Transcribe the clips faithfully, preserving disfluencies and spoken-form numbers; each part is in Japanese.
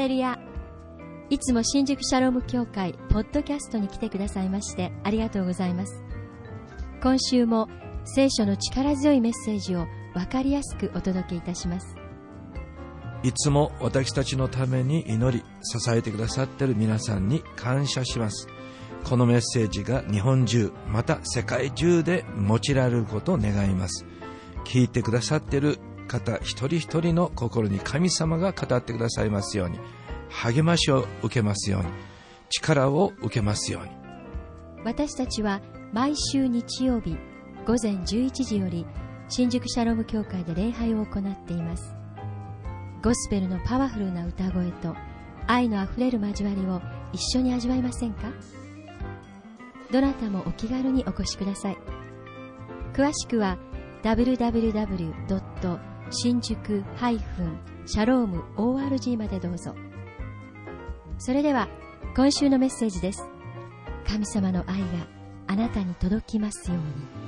レルヤ。いつも新宿シャローム教会ポッドキャストに来てくださいましてありがとうございます。今週も聖書の力強いメッセージを分かりやすくお届けいたします。 いつも私たちのために祈り支えてくださっている皆さんに感謝します。このメッセージが日本中また世界中で用いられることを願います。聞いてくださっている方一人一人の心に神様が語ってくださいますように、励ましを受けますように、力を受けますように。 私たちは毎週日曜日午前じゅういちじより新宿シャローム教会で礼拝を行っています。ゴスペルのパワフルな歌声と愛のあふれる交わりを一緒に味わいませんか？どなたもお気軽にお越しください。詳しくは ダブリューダブリューダブリュードット新宿シャローム オーアールジー までどうぞ。それでは今週のメッセージです。神様の愛があなたに届きますように。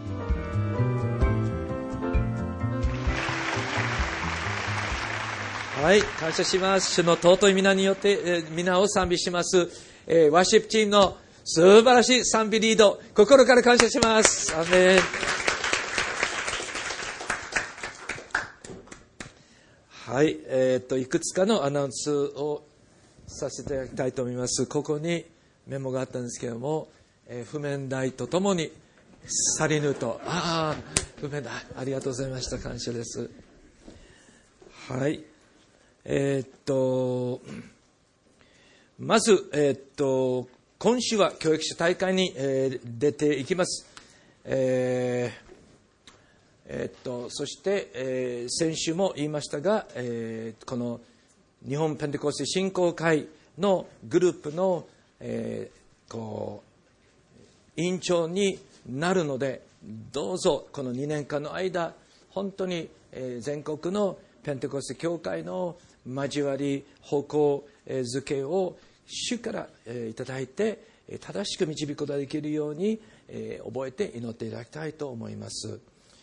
はい、感謝します。主の尊い皆によって、えー、皆を賛美します、えー、ワーシップチームの素晴らしい賛美リード、心から感謝します。アーメン。はい、えー、っといくつかのアナウンスをさせていただきたいと思います。ここにメモがあったんですけれども、えー、譜面台とともにサリヌと、ああ譜面台ありがとうございました。感謝です。はい、えー、っとまず、えー、っと今週は教育者大会に、えー、出ていきます。えーえー、っとそして、えー、先週も言いましたが、えー、この日本ペンテコステ振興会のグループの、えー、こう委員長になるので、どうぞこのにねんかんの間本当に、えー、全国のペンテコステ教会の交わり方向づけを主から、えー、いただいて正しく導くことができるように、えー、覚えて祈っていただきたいと思います。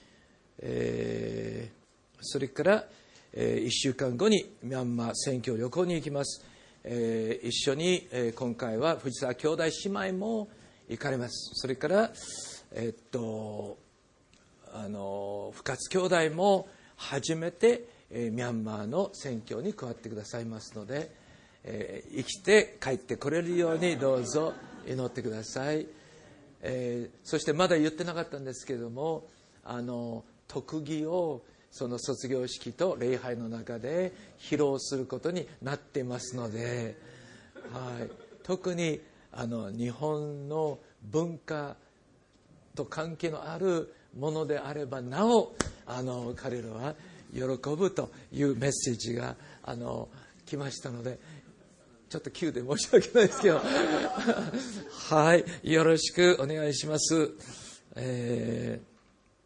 えー、それから、えー、いっしゅうかんごにミャンマー宣教旅行に行きます。えー、一緒に、えー、今回は藤沢兄弟姉妹も行かれます。それから、えー、っとあの深津兄弟も初めて、えー、ミャンマーの宣教に加わってくださいますので、えー、生きて帰ってこれるようにどうぞ祈ってください。えー、そしてまだ言ってなかったんですけれども、あの特技をその卒業式と礼拝の中で披露することになっていますので、はい、特にあの日本の文化と関係のあるものであればなお、あの彼らは喜ぶというメッセージがあの来ましたので、ちょっと急で申し訳ないですけどはい、よろしくお願いします。えー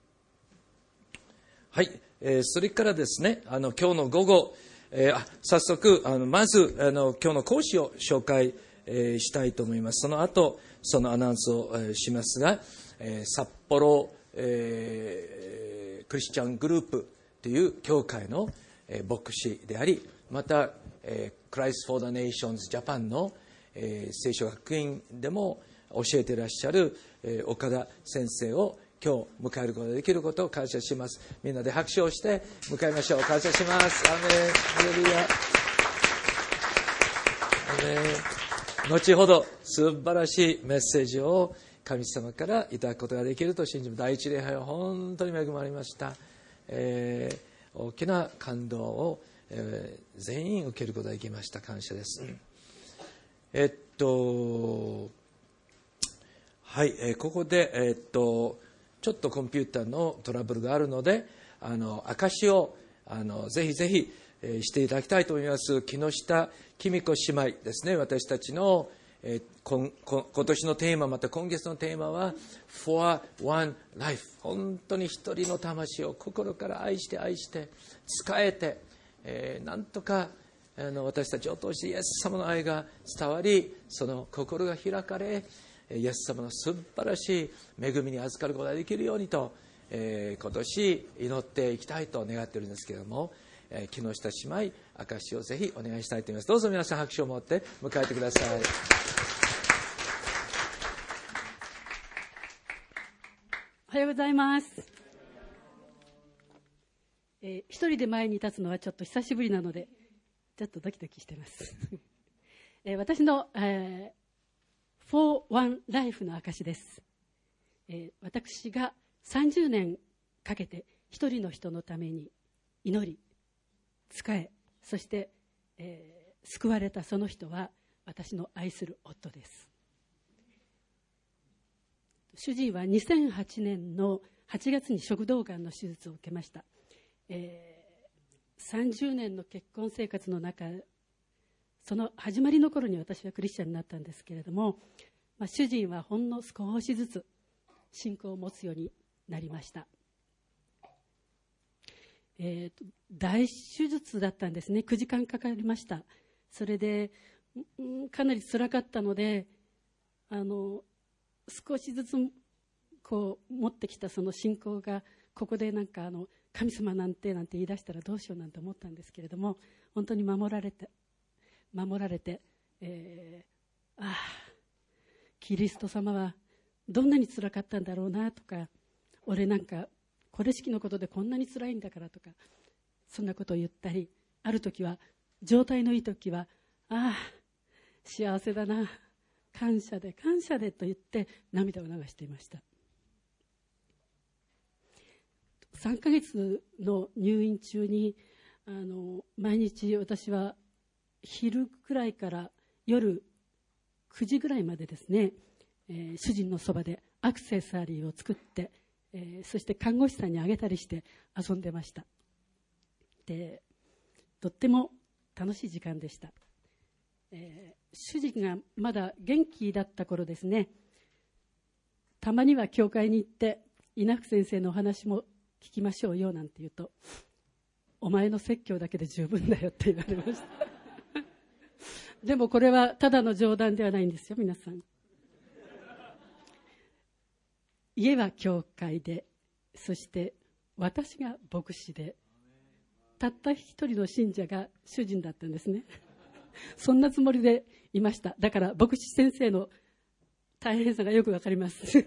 はい、えー、それからですね、あの今日の午後、えー、あ早速あのまずあの今日の講師を紹介、えー、したいと思います。その後そのアナウンスを、えー、しますが、えー、札幌、えー、クリスチャングループという教会の、えー、牧師であり、また、えー、Christ for the Nations Japan の、えー、聖書学院でも教えていらっしゃる、えー、岡田先生を今日迎えることができることを感謝します。みんなで拍手をして迎えましょう。感謝します。アーメン。ハレルヤ。アーメン。後ほど素晴らしいメッセージを神様からいただくことができると信じます。第一礼拝は本当に恵まれました。えー、大きな感動を、えー、全員受けることができました。感謝です。えっとはい、えー、ここでえっとちょっとコンピューターのトラブルがあるので、あの証をあのぜひぜひ、えー、していただきたいと思います。木下紀美子姉妹ですね。私たちの、えー、ここ今年のテーマ、また今月のテーマは For One Life。 本当に一人の魂を心から愛して愛して仕えて、えー、なんとかあの私たちを通してイエス様の愛が伝わり、その心が開かれ、イエス様の素晴らしい恵みに預かることができるようにと、えー、今年祈っていきたいと願っているんですけれども、 えー、木下姉妹証をぜひお願いしたいと思います。どうぞ皆さん拍手を持って迎えてください。 おはようございます。えー、一人で前に立つのはちょっと久しぶりなのでちょっとドキドキしてます、えー、私の、えー、フォーワンライフの証です、えー、私がさんじゅうねんかけて一人の人のために祈り仕え、そして、えー、救われたその人は私の愛する夫です。主治医はにせんはちねんのはちがつに食道がんの手術を受けました、えー、さんじゅうねんの結婚生活の中、その始まりの頃に私はクリスチャンになったんですけれども、まあ、主人はほんの少しずつ信仰を持つようになりました。えー、大手術だったんですね。くじかんかかりました。それで、うん、かなり辛かったので、あの少しずつこう持ってきたその信仰がここでなんかあの神様なんてなんて言い出したらどうしようなんて思ったんですけれども、本当に守られて守られて、えー、ああキリスト様はどんなに辛かったんだろうなとか、俺なんかこれ式のことでこんなに辛いんだからとか、そんなことを言ったり、ある時は状態のいい時はああ幸せだな、感謝で感謝でと言って涙を流していました。さんかげつの入院中にあの毎日私は昼くらいから夜くじぐらいまでですね、えー、主人のそばでアクセサリーを作って、えー、そして看護師さんにあげたりして遊んでました。で、とっても楽しい時間でした。えー、主人がまだ元気だった頃ですね、たまには教会に行って稲福先生のお話も聞きましょうよなんて言うと、お前の説教だけで十分だよって言われましたでもこれはただの冗談ではないんですよ皆さん。家は教会で、そして私が牧師で、たった一人の信者が主人だったんですねそんなつもりでいました。だから牧師先生の大変さがよくわかります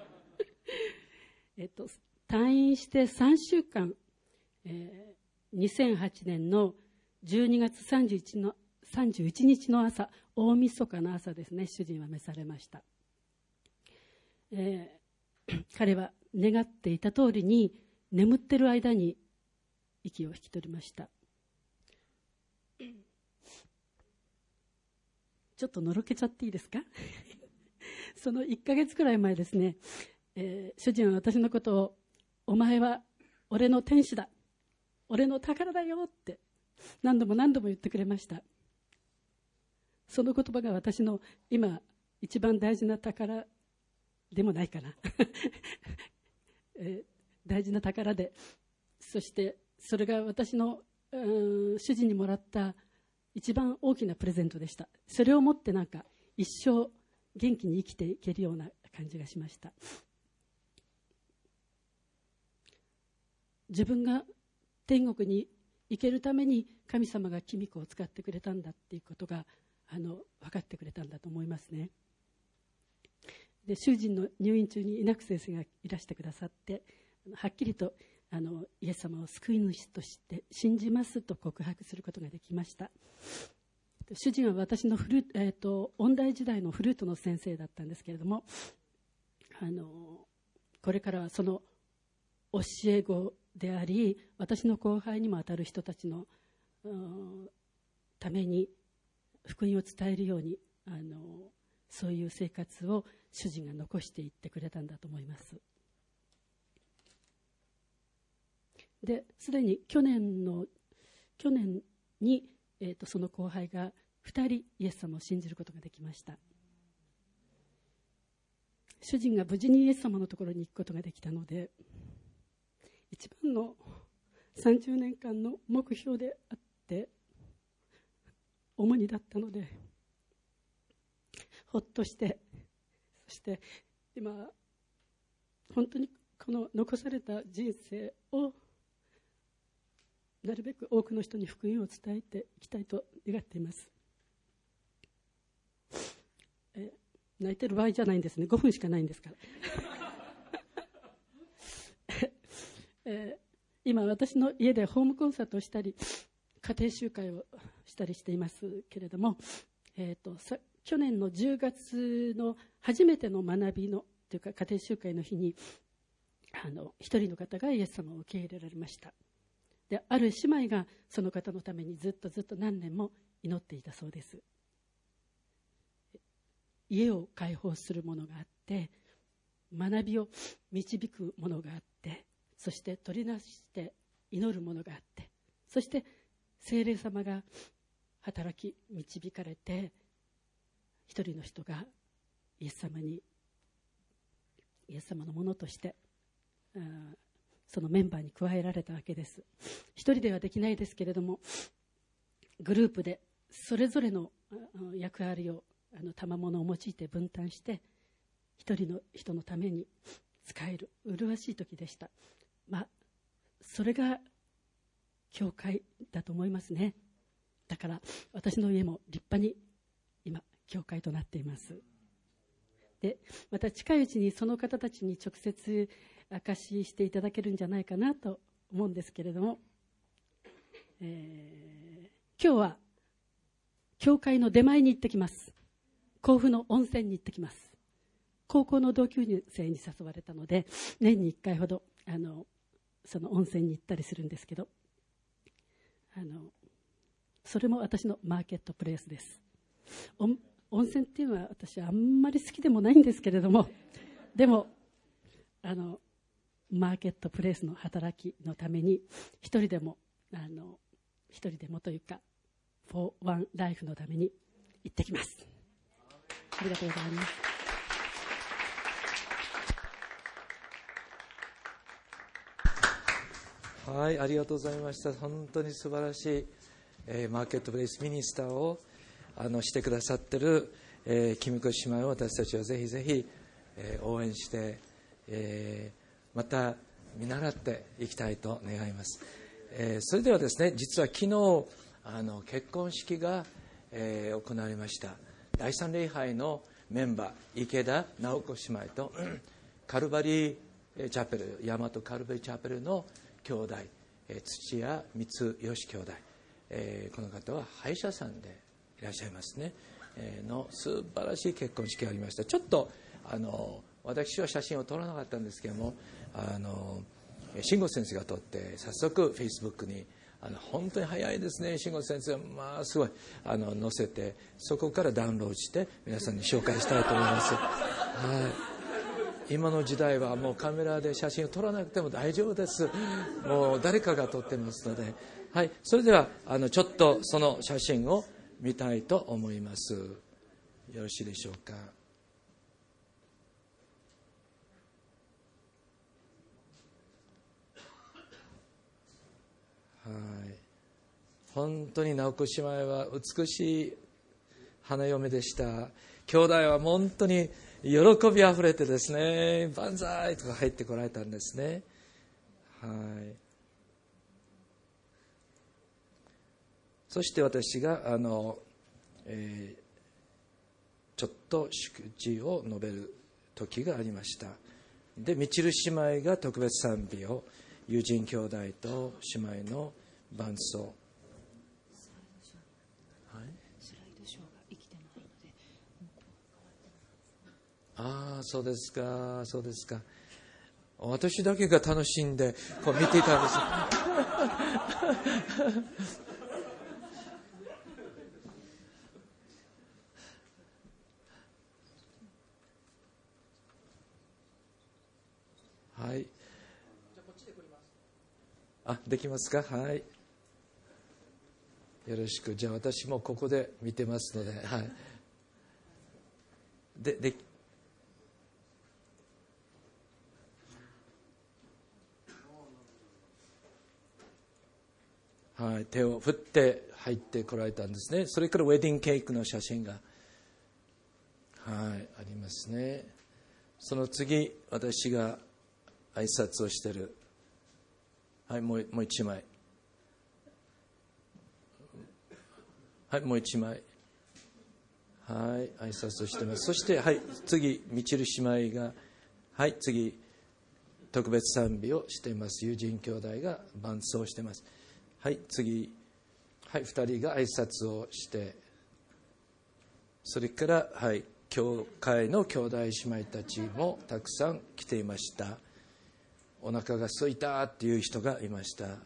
えっと退院してさんしゅうかん、えー、にせんはちねんのじゅうにがつさんじゅういちのさんじゅういちにちの朝、大晦日の朝ですね、主人は召されました。えー、彼は願っていた通りに眠ってる間に息を引き取りました。ちょっとのろけちゃっていいですかそのいっかげつくらい前ですね、えー、主人は私のことを、お前は俺の天使だ、俺の宝だよって何度も何度も言ってくれました。その言葉が私の今一番大事な宝でもないかな、えー、大事な宝で、そしてそれが私の主人にもらった一番大きなプレゼントでした。それを持ってなんか一生元気に生きていけるような感じがしました。自分が天国に行けるために神様が君子を使ってくれたんだっていうことがあの分かってくれたんだと思いますね。で、主人の入院中に稲久先生がいらしてくださって、はっきりとあのイエス様を救い主として信じますと告白することができました。主人は私のフル、えーと、音大時代のフルートの先生だったんですけれども、あのこれからはその教え子であり、私の後輩にもあたる人たちのために福音を伝えるように、あのそういう生活を主人が残していってくれたんだと思います。で、すでに去年の去年に、えーと、その後輩がふたりイエス様を信じることができました。主人が無事にイエス様のところに行くことができたので、一番のさんじゅうねんかんの目標であって重荷だったので、ほっとして、そして今本当にこの残された人生をなるべく多くの人に福音を伝えていきたいと願っています。え泣いてる場合じゃないんですね。ごふんしかないんですからえ今私の家でホームコンサートをしたり家庭集会をしたりしていますけれども、えー、とさ去年のじゅうがつの初めての学びのというか家庭集会の日にあの一人の方がイエス様を受け入れられました。である姉妹がその方のためにずっとずっと何年も祈っていたそうです。家を開放するものがあって、学びを導くものがあって、そして取りなして祈るものがあって、そして聖霊様が働き導かれて、一人の人がイエス様にイエス様のものとしてそのメンバーに加えられたわけです。一人ではできないですけれども、グループでそれぞれの役割をあの賜物を用いて分担して一人の人のために使える麗しい時でした。まあそれが教会だと思いますね。だから私の家も立派に今教会となっています。でまた近いうちにその方たちに直接証ししていただけるんじゃないかなと思うんですけれども、えー、今日は教会の出前に行ってきます。甲府の温泉に行ってきます。高校の同級生に誘われたので年にいっかいほどあのその温泉に行ったりするんですけど、あのそれも私のマーケットプレイスです。温泉っていうのは私はあんまり好きでもないんですけれども、でもあのマーケットプレイスの働きのために一人でもあの一人でもというかフォーワンライフのために行ってきます。ありがとうございます。 はい、ありがとうございました。本当に素晴らしい、えー、マーケットプレイスミニスターをあのしてくださっている、えー、キミコ姉妹を私たちはぜひぜひ、えー、応援して、えー、また見習っていきたいと願います。えー、それではですね、実は昨日あの結婚式が、えー、行われました。第三礼拝のメンバー池田直子姉妹とカルバリーチャペル大和カルバリーチャペルの兄弟、えー、土屋光義兄弟、えー、この方は歯医者さんでいらっしゃいますね、えー、の素晴らしい結婚式がありました。ちょっとあの私は写真を撮らなかったんですけども、あの慎吾先生が撮って早速フェイスブックにあの本当に早いですね。慎吾先生はまあすごいあの載せて、そこからダウンロードして皆さんに紹介したいと思います。はい、今の時代はもうカメラで写真を撮らなくても大丈夫です。もう誰かが撮ってますので、はい、それではあのちょっとその写真を見たいと思います。よろしいでしょうか。はい、本当に直子姉妹は美しい花嫁でした。兄弟は本当に喜びあふれてですね、万歳とか入ってこられたんですね。はい。そして私があの、えー、ちょっと祝辞を述べる時がありました。で、みちる姉妹が特別賛美を、友人兄弟と姉妹の伴奏。はい、スライドショーが生きてないので。ああ、そうですか、そうですか。私だけが楽しんでこう見ていたんです。はい。あ、できますか。はい。よろしく。じゃあ私もここで見てますので、はい。で、で、はい、手を振って入ってこられたんですね。それからウェディングケーキの写真が、はい、ありますね。その次、私が挨拶をしている。はい、もう、もう一枚。 はい、もう一枚。はい、挨拶してます。そして、はい、次、みちる姉妹が、はい、次、特別賛美をしています。友人兄弟が伴奏しています。はい、次、はい、ふたりが挨拶をして、それから、はい、教会の兄弟姉妹たちもたくさん来ていました。お腹が空いたっていう人がいました。はい、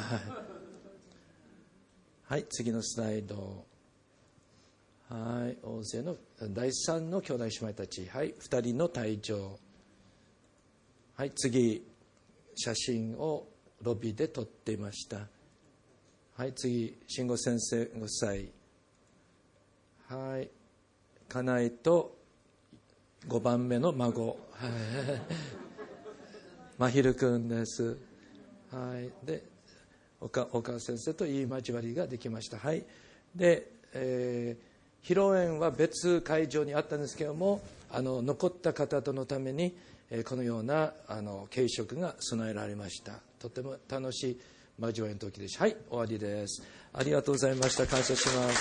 はい、次のスライド。はい、大勢のだいさんの兄弟姉妹たち、はい、ふたりの退場。はい、次、写真をロビーで撮っていました。はい、次、慎吾先生ご夫妻。はい、家内とごばんめの孫。はい、真昼くんです。はい、で、岡岡先生といい交わりができました。はい、で、えー披露宴は別会場にあったんですけれども、あの残った方とのために、えー、このようなあの軽食が備えられました。とても楽しい交わりの時でした。はい、終わりです。ありがとうございました。感謝します。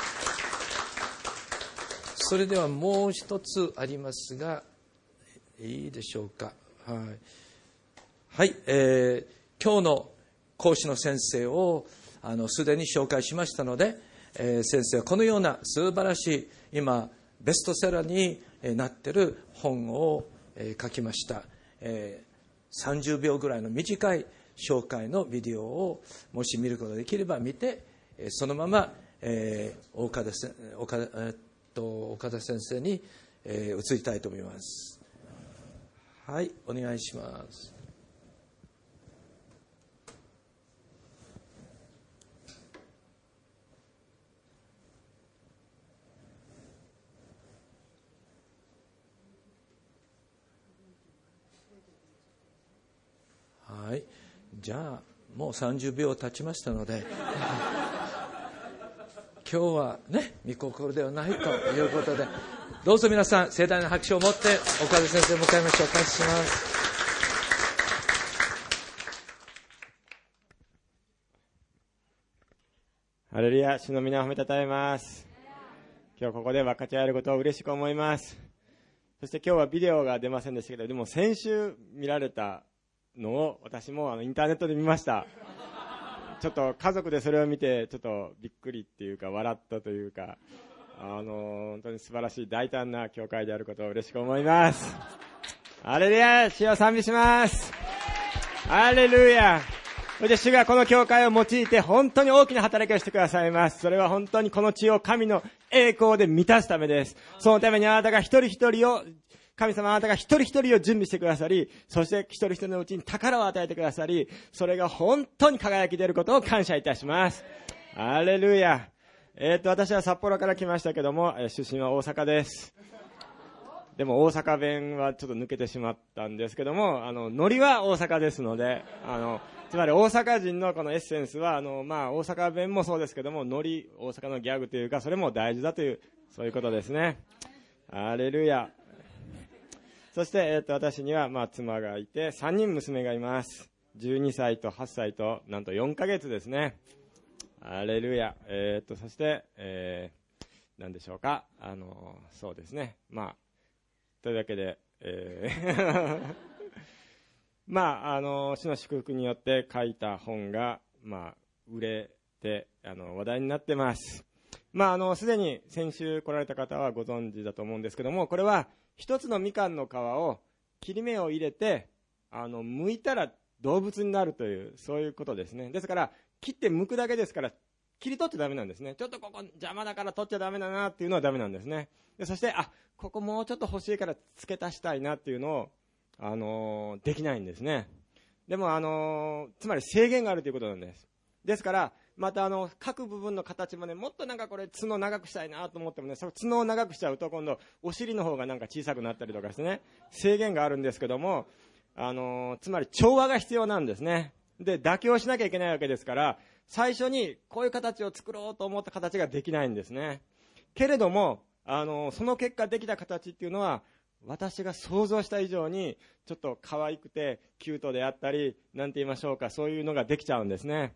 それではもう一つありますが、いいでしょうか。はい、はい、えー、今日の講師の先生をあのすでに紹介しましたので、えー、先生はこのような素晴らしい今ベストセラーになっている本を、えー、書きました、えー、さんじゅうびょうぐらいの短い紹介のビデオをもし見ることができれば見て、えー、そのまま、えー、岡田せ岡田、えー、っと岡田先生に、えー、移りたいと思います。はい、お願いします。はい、じゃあもうさんじゅうびょう経ちましたので今日はね御心ではないということで、どうぞ皆さん盛大な拍手を持って岡田先生を迎えましょう。感謝します。 ハレルヤ、主の皆を褒めたたえます。今日ここで分かち合えることを嬉しく思います。そして今日はビデオが出ませんでしたけど、でも先週見られたのを私もあのインターネットで見ました。ちょっと家族でそれを見てちょっとびっくりっていうか笑ったというか、あの本当に素晴らしい大胆な教会であることを嬉しく思います。ハレルヤ、主を賛美します。ハレルヤ。そして主がこの教会を用いて本当に大きな働きをしてくださいます。それは本当にこの地を神の栄光で満たすためです。そのためにあなたが一人一人を神様あなたが一人一人を準備してくださり、そして一人一人のうちに宝を与えてくださり、それが本当に輝き出ることを感謝いたします。ハレルヤ。えっと、私は札幌から来ましたけども、出身は大阪です。でも大阪弁はちょっと抜けてしまったんですけども、あの、ノリは大阪ですので、あの、つまり大阪人のこのエッセンスは、あの、まあ、大阪弁もそうですけども、ノリ、大阪のギャグというか、それも大事だという、そういうことですね。ハレルヤ。そして、えっと、私には、まあ、妻がいて、さんにん娘がいます。じゅうにさいとはっさいと、なんとよんかげつですね。ハレルヤ。えっと、そして、えー、なんでしょうか。あの、そうですね。まあ、というわけで、えー、まあ、あの、主の祝福によって書いた本が、まあ、売れて、あの、話題になってます。まあ、あの、すでに先週来られた方はご存知だと思うんですけども、これは、一つのみかんの皮を切り目を入れて、あの、剥いたら動物になるという、そういうことですね。ですから、切って剥くだけですから、切り取っちゃダメなんですね。ちょっとここ邪魔だから取っちゃダメだなっていうのはダメなんですね。でそして、あ、ここもうちょっと欲しいから付け足したいなっていうのを、あのー、できないんですね。でも、あのー、つまり制限があるということなんです。ですから、またあの各部分の形もね、もっとなんかこれ角を長くしたいなと思ってもね、その角を長くしちゃうと今度お尻の方がなんか小さくなったりとかしてね、制限があるんですけども、あのー、つまり調和が必要なんですね。で、妥協しなきゃいけないわけですから、最初にこういう形を作ろうと思った形ができないんですね。けれども、あのー、その結果できた形っていうのは、私が想像した以上にちょっと可愛くてキュートであったり、なんて言いましょうか、そういうのができちゃうんですね。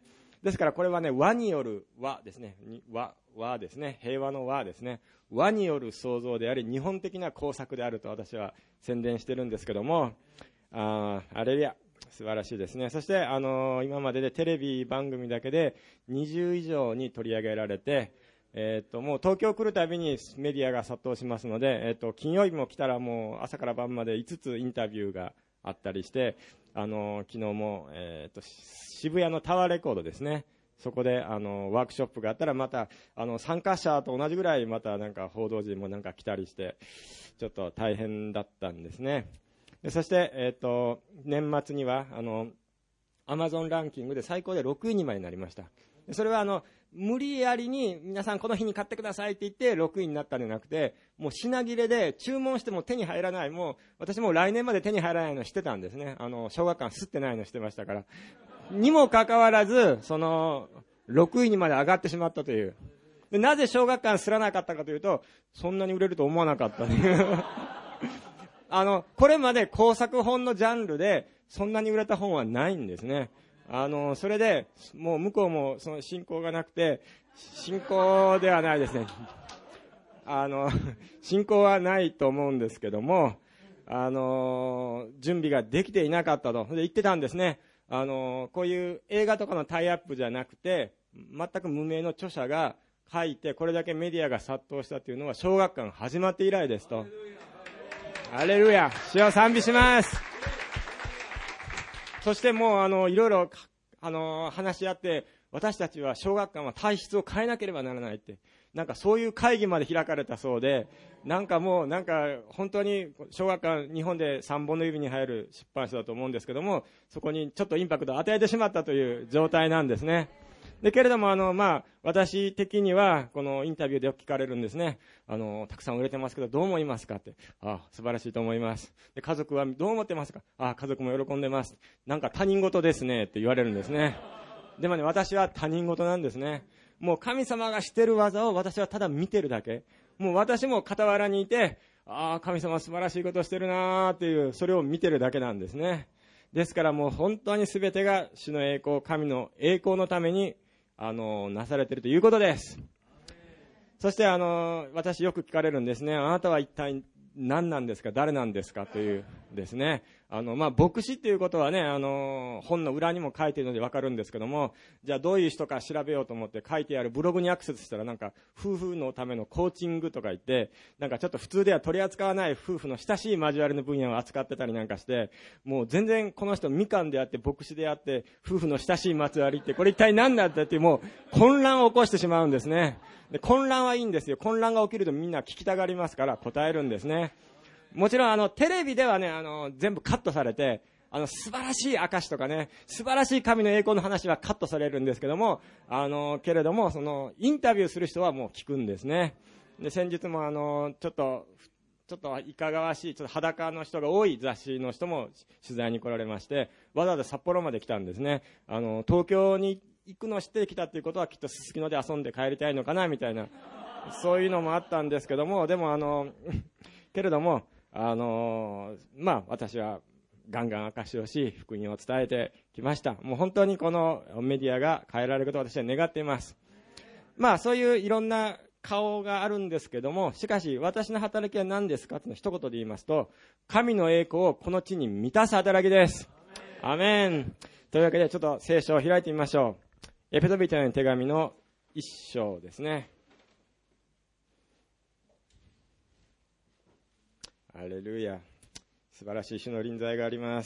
ですからこれはね、和による和ですね。和、和ですね。平和の和ですね。和による創造であり、日本的な工作であると私は宣伝してるんですけども、あー、アレルヤ。素晴らしいですね。そして、あのー、今まででテレビ番組だけでにじゅう以上に取り上げられて、えっと、もう東京来るたびにメディアが殺到しますので、えっと、金曜日も来たらもう朝から晩までいつつインタビューがあったりして、あのー、昨日も、えっと、渋谷のタワーレコードですね。そこで、あのー、ワークショップがあったらまた、あの、参加者と同じぐらいまたなんか報道陣もなんか来たりして、ちょっと大変だったんですね。でそして、えっと、年末には、あの、アマゾンランキングで最高でろくいにまでなりました。でそれは、あの、無理やりに皆さんこの日に買ってくださいって言ってろくいになったんじゃなくて、もう品切れで注文しても手に入らない、もう私も来年まで手に入らないの知ってたんですね。あの、小学館吸ってないの知ってましたから。にもかかわらず、その、ろくいにまで上がってしまったという。でなぜ小学館吸らなかったかというと、そんなに売れると思わなかったという。あの、これまで工作本のジャンルでそんなに売れた本はないんですね。あの、それで、もう向こうもその信仰がなくて、信仰ではないですね。あの、信仰はないと思うんですけども、あの、準備ができていなかったと。で言ってたんですね。あの、こういう映画とかのタイアップじゃなくて、全く無名の著者が書いて、これだけメディアが殺到したというのは小学館始まって以来ですと。ハレルヤ、主を賛美します。そしてもうあのいろいろあの話し合って、私たちは小学館は体質を変えなければならないって、なんかそういう会議まで開かれたそうで、なんかもうなんか本当に小学館、日本でさんぼんの指に入る出版社だと思うんですけども、そこにちょっとインパクトを与えてしまったという状態なんですね。でけれどもあの、まあ、私的にはこのインタビューでよく聞かれるんですね。あのたくさん売れてますけどどう思いますかって。ああ素晴らしいと思います。で家族はどう思ってますか。ああ家族も喜んでます。なんか他人事ですねって言われるんですね。でもね、私は他人事なんですね。もう神様がしてる技を私はただ見てるだけ。もう私も傍らにいて、ああ神様は素晴らしいことをしてるなーっていう、それを見てるだけなんですね。ですからもう本当に全てが主の栄光、神の栄光のためにあのなされているということです。そしてあの私よく聞かれるんですね。あなたは一体何なんですか、誰なんですかというですね。あのまあ牧師っていうことはね、あの本の裏にも書いているので分かるんですけども、じゃあどういう人か調べようと思って書いてあるブログにアクセスしたら、なんか夫婦のためのコーチングとか言って、なんかちょっと普通では取り扱わない夫婦の親しい交わりの分野を扱ってたりなんかして、もう全然この人みかんであって牧師であって夫婦の親しい交わりって、これ一体何だったって、もう混乱を起こしてしまうんですね。で混乱はいいんですよ。混乱が起きるとみんな聞きたがりますから答えるんですね。もちろんあのテレビではね、あの全部カットされて、あの素晴らしい証とかね、素晴らしい神の栄光の話はカットされるんですけども、あのけれどもそのインタビューする人はもう聞くんですね。で先日もあのちょっとちょっといかがわしい、ちょっと裸の人が多い雑誌の人も取材に来られまして、わざわざ札幌まで来たんですね。あの東京に行くのを知ってきたっていうことは、きっとすすきので遊んで帰りたいのかなみたいな、そういうのもあったんですけども、でもあのけれどもあのまあ私はガンガン証しをし、福音を伝えてきました。もう本当にこのメディアが変えられることを私は願っています。まあそういういろんな顔があるんですけども、しかし私の働きは何ですかというのを一言で言いますと、神の栄光をこの地に満たす働きです。アメン。というわけでちょっと聖書を開いてみましょう。エペソビトへの手紙の一章ですね。アレルヤ。素晴らしい主の臨在があります。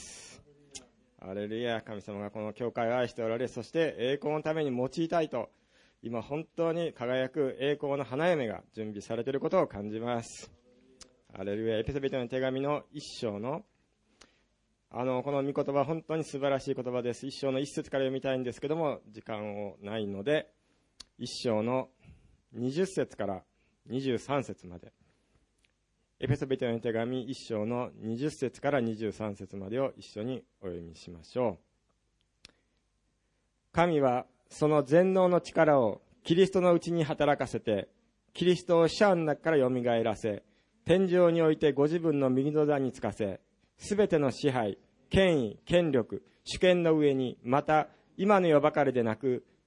アレルヤ。神様がこの教会を愛しておられ、そして栄光のために用いたいと、今本当に輝く栄光の花嫁が準備されていることを感じます。アレルヤ。エペソビトへの手紙の一章のあのこの御言葉、本当に素晴らしい言葉です。一章の一節から読みたいんですけども、時間をないので、一章の二十節から二十三節まで、エペソビトへの手紙一章の二十節から二十三節までを一緒にお読みしましょう。神はその全能の力をキリストのうちに働かせて、キリストを死者の中からよみがえらせ、天上においてご自分の右の座につかせ、すべての支配、権威、権力、主権の上に、また今の世ばかりでなく、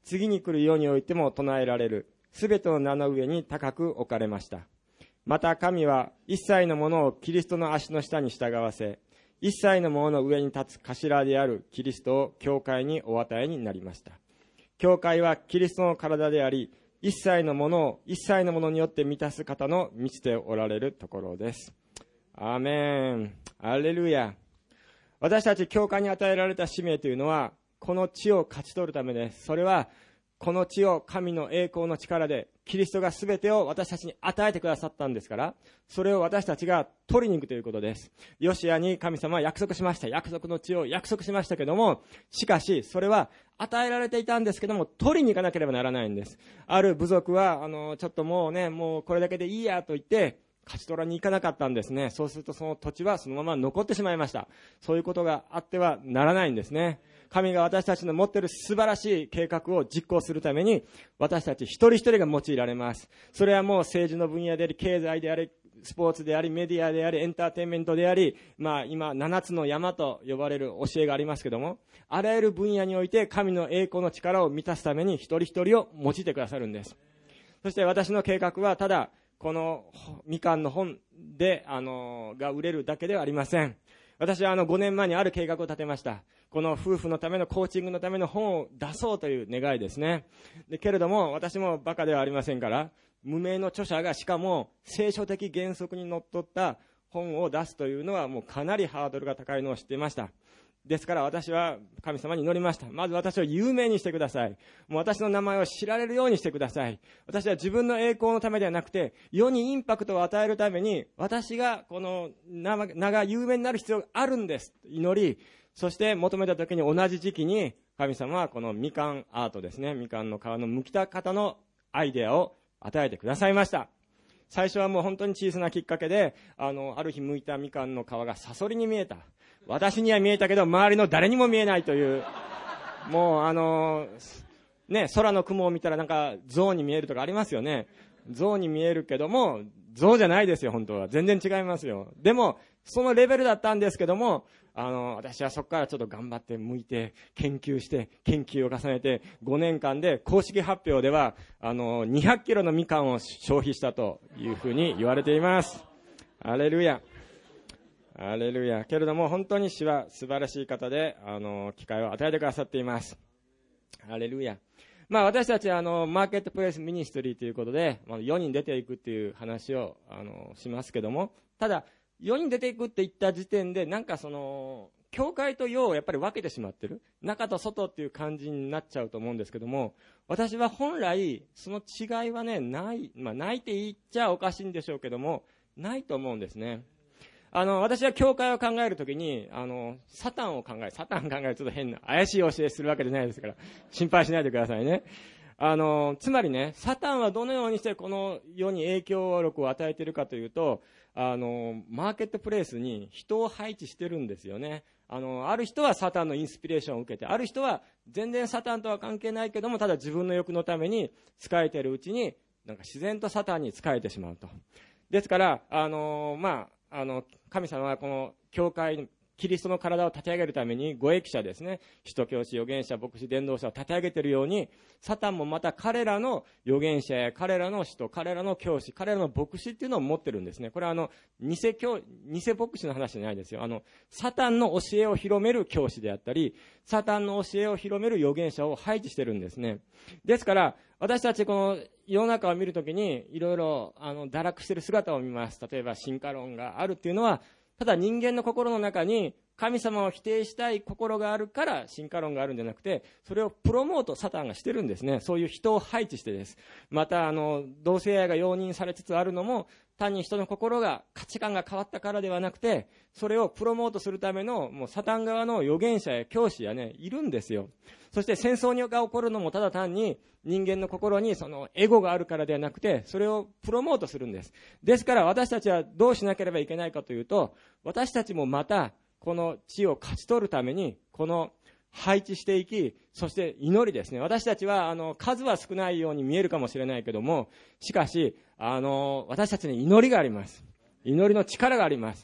次に来る世においても唱えられるすべての名の上に高く置かれました。また神は一切のものをキリストの足の下に従わせ、一切のものの上に立つ頭であるキリストを教会にお与えになりました。教会はキリストの体であり、一切のものを一切のものによって満たす方の満ちておられるところです。アーメン。アレルヤ。私たち教会に与えられた使命というのは、この地を勝ち取るためです。それは、この地を神の栄光の力で、キリストが全てを私たちに与えてくださったんですから、それを私たちが取りに行くということです。ヨシアに神様は約束しました。約束の地を約束しましたけども、しかし、それは与えられていたんですけども、取りに行かなければならないんです。ある部族は、あの、ちょっともうね、もうこれだけでいいやと言って、勝ち取らに行かなかったんですね。そうするとその土地はそのまま残ってしまいました。そういうことがあってはならないんですね。神が私たちの持っている素晴らしい計画を実行するために、私たち一人一人が用いられます。それはもう政治の分野であり、経済であり、スポーツであり、メディアであり、エンターテインメントであり、まあ今七つの山と呼ばれる教えがありますけども、あらゆる分野において神の栄光の力を満たすために一人一人を用いてくださるんです。そして私の計画はただ、このみかんの本で、あの、が売れるだけではありません。私はあのごねんまえにある計画を立てました。この夫婦のためのコーチングのための本を出そうという願いですね。でけれども私もバカではありませんから、無名の著者がしかも聖書的原則にのっとった本を出すというのはもうかなりハードルが高いのを知っていました。ですから私は神様に祈りました。まず私を有名にしてください。もう私の名前を知られるようにしてください。私は自分の栄光のためではなくて、世にインパクトを与えるために、私がこの名が有名になる必要があるんです。祈り、そして求めた時に同じ時期に、神様はこのみかんアートですね、みかんの皮の剥きた方のアイデアを与えてくださいました。最初はもう本当に小さなきっかけで、あの、ある日剥いたみかんの皮がサソリに見えた。私には見えたけど周りの誰にも見えないという、もうあのね、空の雲を見たらなんか象に見えるとかありますよね。象に見えるけども象じゃないですよ。本当は全然違いますよ。でもそのレベルだったんですけども、あの私はそこからちょっと頑張って向いて研究して研究を重ねてごねんかんで公式発表ではあのにひゃくキロのみかんを消費したというふうに言われています。ハレルヤ、ハレルヤ。けれども本当に主は素晴らしい方で、あの機会を与えてくださっています。ハレルヤ。まあ私たちはあのマーケットプレイスミニストリーということで、まあ、世に出ていくっていう話をあのしますけども、ただ世に出ていくって言った時点でなんかその教会と世をやっぱり分けてしまってる、中と外っていう感じになっちゃうと思うんですけども、私は本来その違いはねない、まあないって言っちゃおかしいんでしょうけども、ないと思うんですね。あの私は教会を考えるときにあのサタンを考えサタン考えるとちょっと変な怪しい教えするわけじゃないですから心配しないでくださいね。あのつまりね、サタンはどのようにしてこの世に影響力を与えているかというと、あのマーケットプレイスに人を配置してるんですよね。あのある人はサタンのインスピレーションを受けて、ある人は全然サタンとは関係ないけどもただ自分の欲のために仕えているうちになんか自然とサタンに仕えてしまうと。ですからあのまああの神様はこの教会、キリストの体を立て上げるためにご益者ですね、使徒教師、預言者、牧師、伝道者を立て上げているように、サタンもまた彼らの預言者や彼らの使徒、彼らの教師、彼らの牧師っていうのを持ってるんですね。これはあの偽教、偽牧師の話じゃないですよ。あのサタンの教えを広める教師であったり、サタンの教えを広める預言者を配置してるんですね。ですから私たちこの世の中を見るときにいろいろあの堕落している姿を見ます。例えば進化論があるっていうのは、ただ人間の心の中に神様を否定したい心があるから進化論があるんじゃなくて、それをプロモートサタンがしてるんですね。そういう人を配置してです。またあの同性愛が容認されつつあるのも単に人の心が価値観が変わったからではなくて、それをプロモートするためのもうサタン側の預言者や教師やねいるんですよ。そして戦争が起こるのもただ単に人間の心にそのエゴがあるからではなくて、それをプロモートするんです。ですから私たちはどうしなければいけないかというと、私たちもまたこの地を勝ち取るためにこの配置していき、そして祈りですね。私たちはあの数は少ないように見えるかもしれないけども、しかしあの私たちに祈りがあります。祈りの力があります。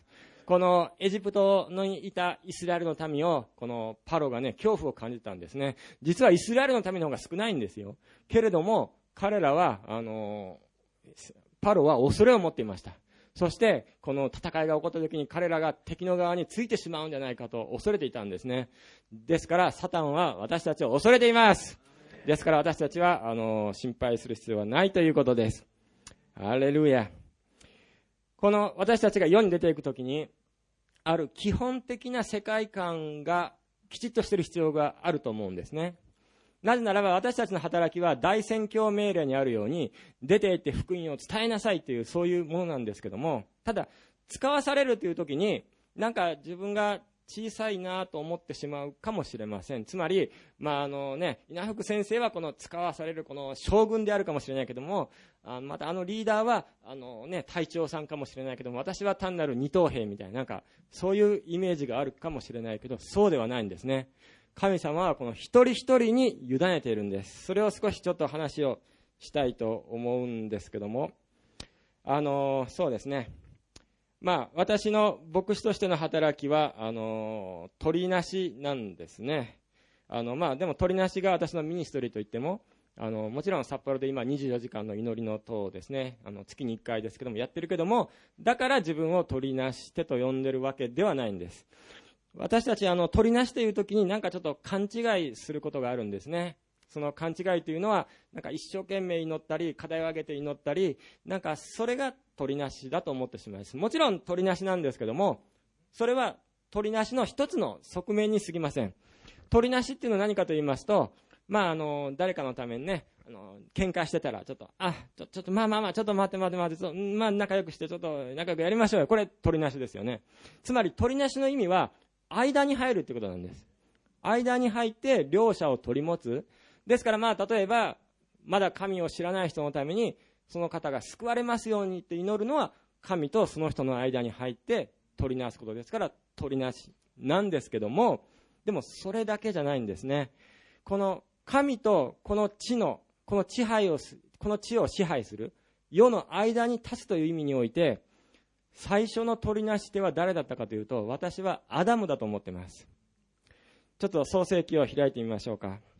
このエジプトにいたイスラエルの民を、このパロがね、恐怖を感じたんですね。実はイスラエルの民の方が少ないんですよ。けれども、彼らは、あの、パロは恐れを持っていました。そして、この戦いが起こった時に彼らが敵の側についてしまうんじゃないかと恐れていたんですね。ですから、サタンは私たちを恐れています。ですから私たちは、あの、心配する必要はないということです。ハレルヤ。この私たちが世に出ていくときに、ある基本的な世界観がきちっとしている必要があると思うんですね。なぜならば私たちの働きは大宣教命令にあるように、出て行って福音を伝えなさいというそういうものなんですけども、ただ使わされるというときに、なんか自分が小さいなと思ってしまうかもしれません。つまり、まああのね、稲福先生はこの使わされるこの将軍であるかもしれないけども、あまたあのリーダーはあのね、隊長さんかもしれないけども、私は単なる二等兵みたいな、なんかそういうイメージがあるかもしれないけど、そうではないんですね。神様はこの一人一人に委ねているんです。それを少しちょっと話をしたいと思うんですけども、あのそうですね。まあ私の牧師としての働きはあの取りなしなんですね。あのまあでも取りなしが私のミニストリーといっても、あのもちろん札幌で今にじゅうよじかんの祈りの塔ですね、あの月にいっかいですけどもやってるけども、だから自分を取りなしてと呼んでるわけではないんです。私たちあの取りなしという時になんかちょっと勘違いすることがあるんですね。その勘違いというのはなんか一生懸命祈ったり課題を挙げて祈ったり、なんかそれが取りなしだと思ってしまいます。もちろん取りなしなんですけども、それは取りなしの一つの側面に過ぎません。取りなしっていうのは何かと言いますと、まああの誰かのためにね、あの喧嘩してたらちょっとあちょちょっとまあまあまあちょっと待って待って待って、まあ仲良くしてちょっと仲良くやりましょうよ。これ取りなしですよね。つまり取りなしの意味は間に入るってことなんです。間に入って両者を取り持つ。ですからまあ例えばまだ神を知らない人のためにその方が救われますようにって祈るのは神とその人の間に入って取りなすことですから取りなしなんですけども、でもそれだけじゃないんですね。この神とこの地のこの支配をこの地を支配する世の間に立つという意味において、最初の取りなし手は誰だったかというと、私はアダムだと思っています。ちょっと創世記を開いてみましょうか。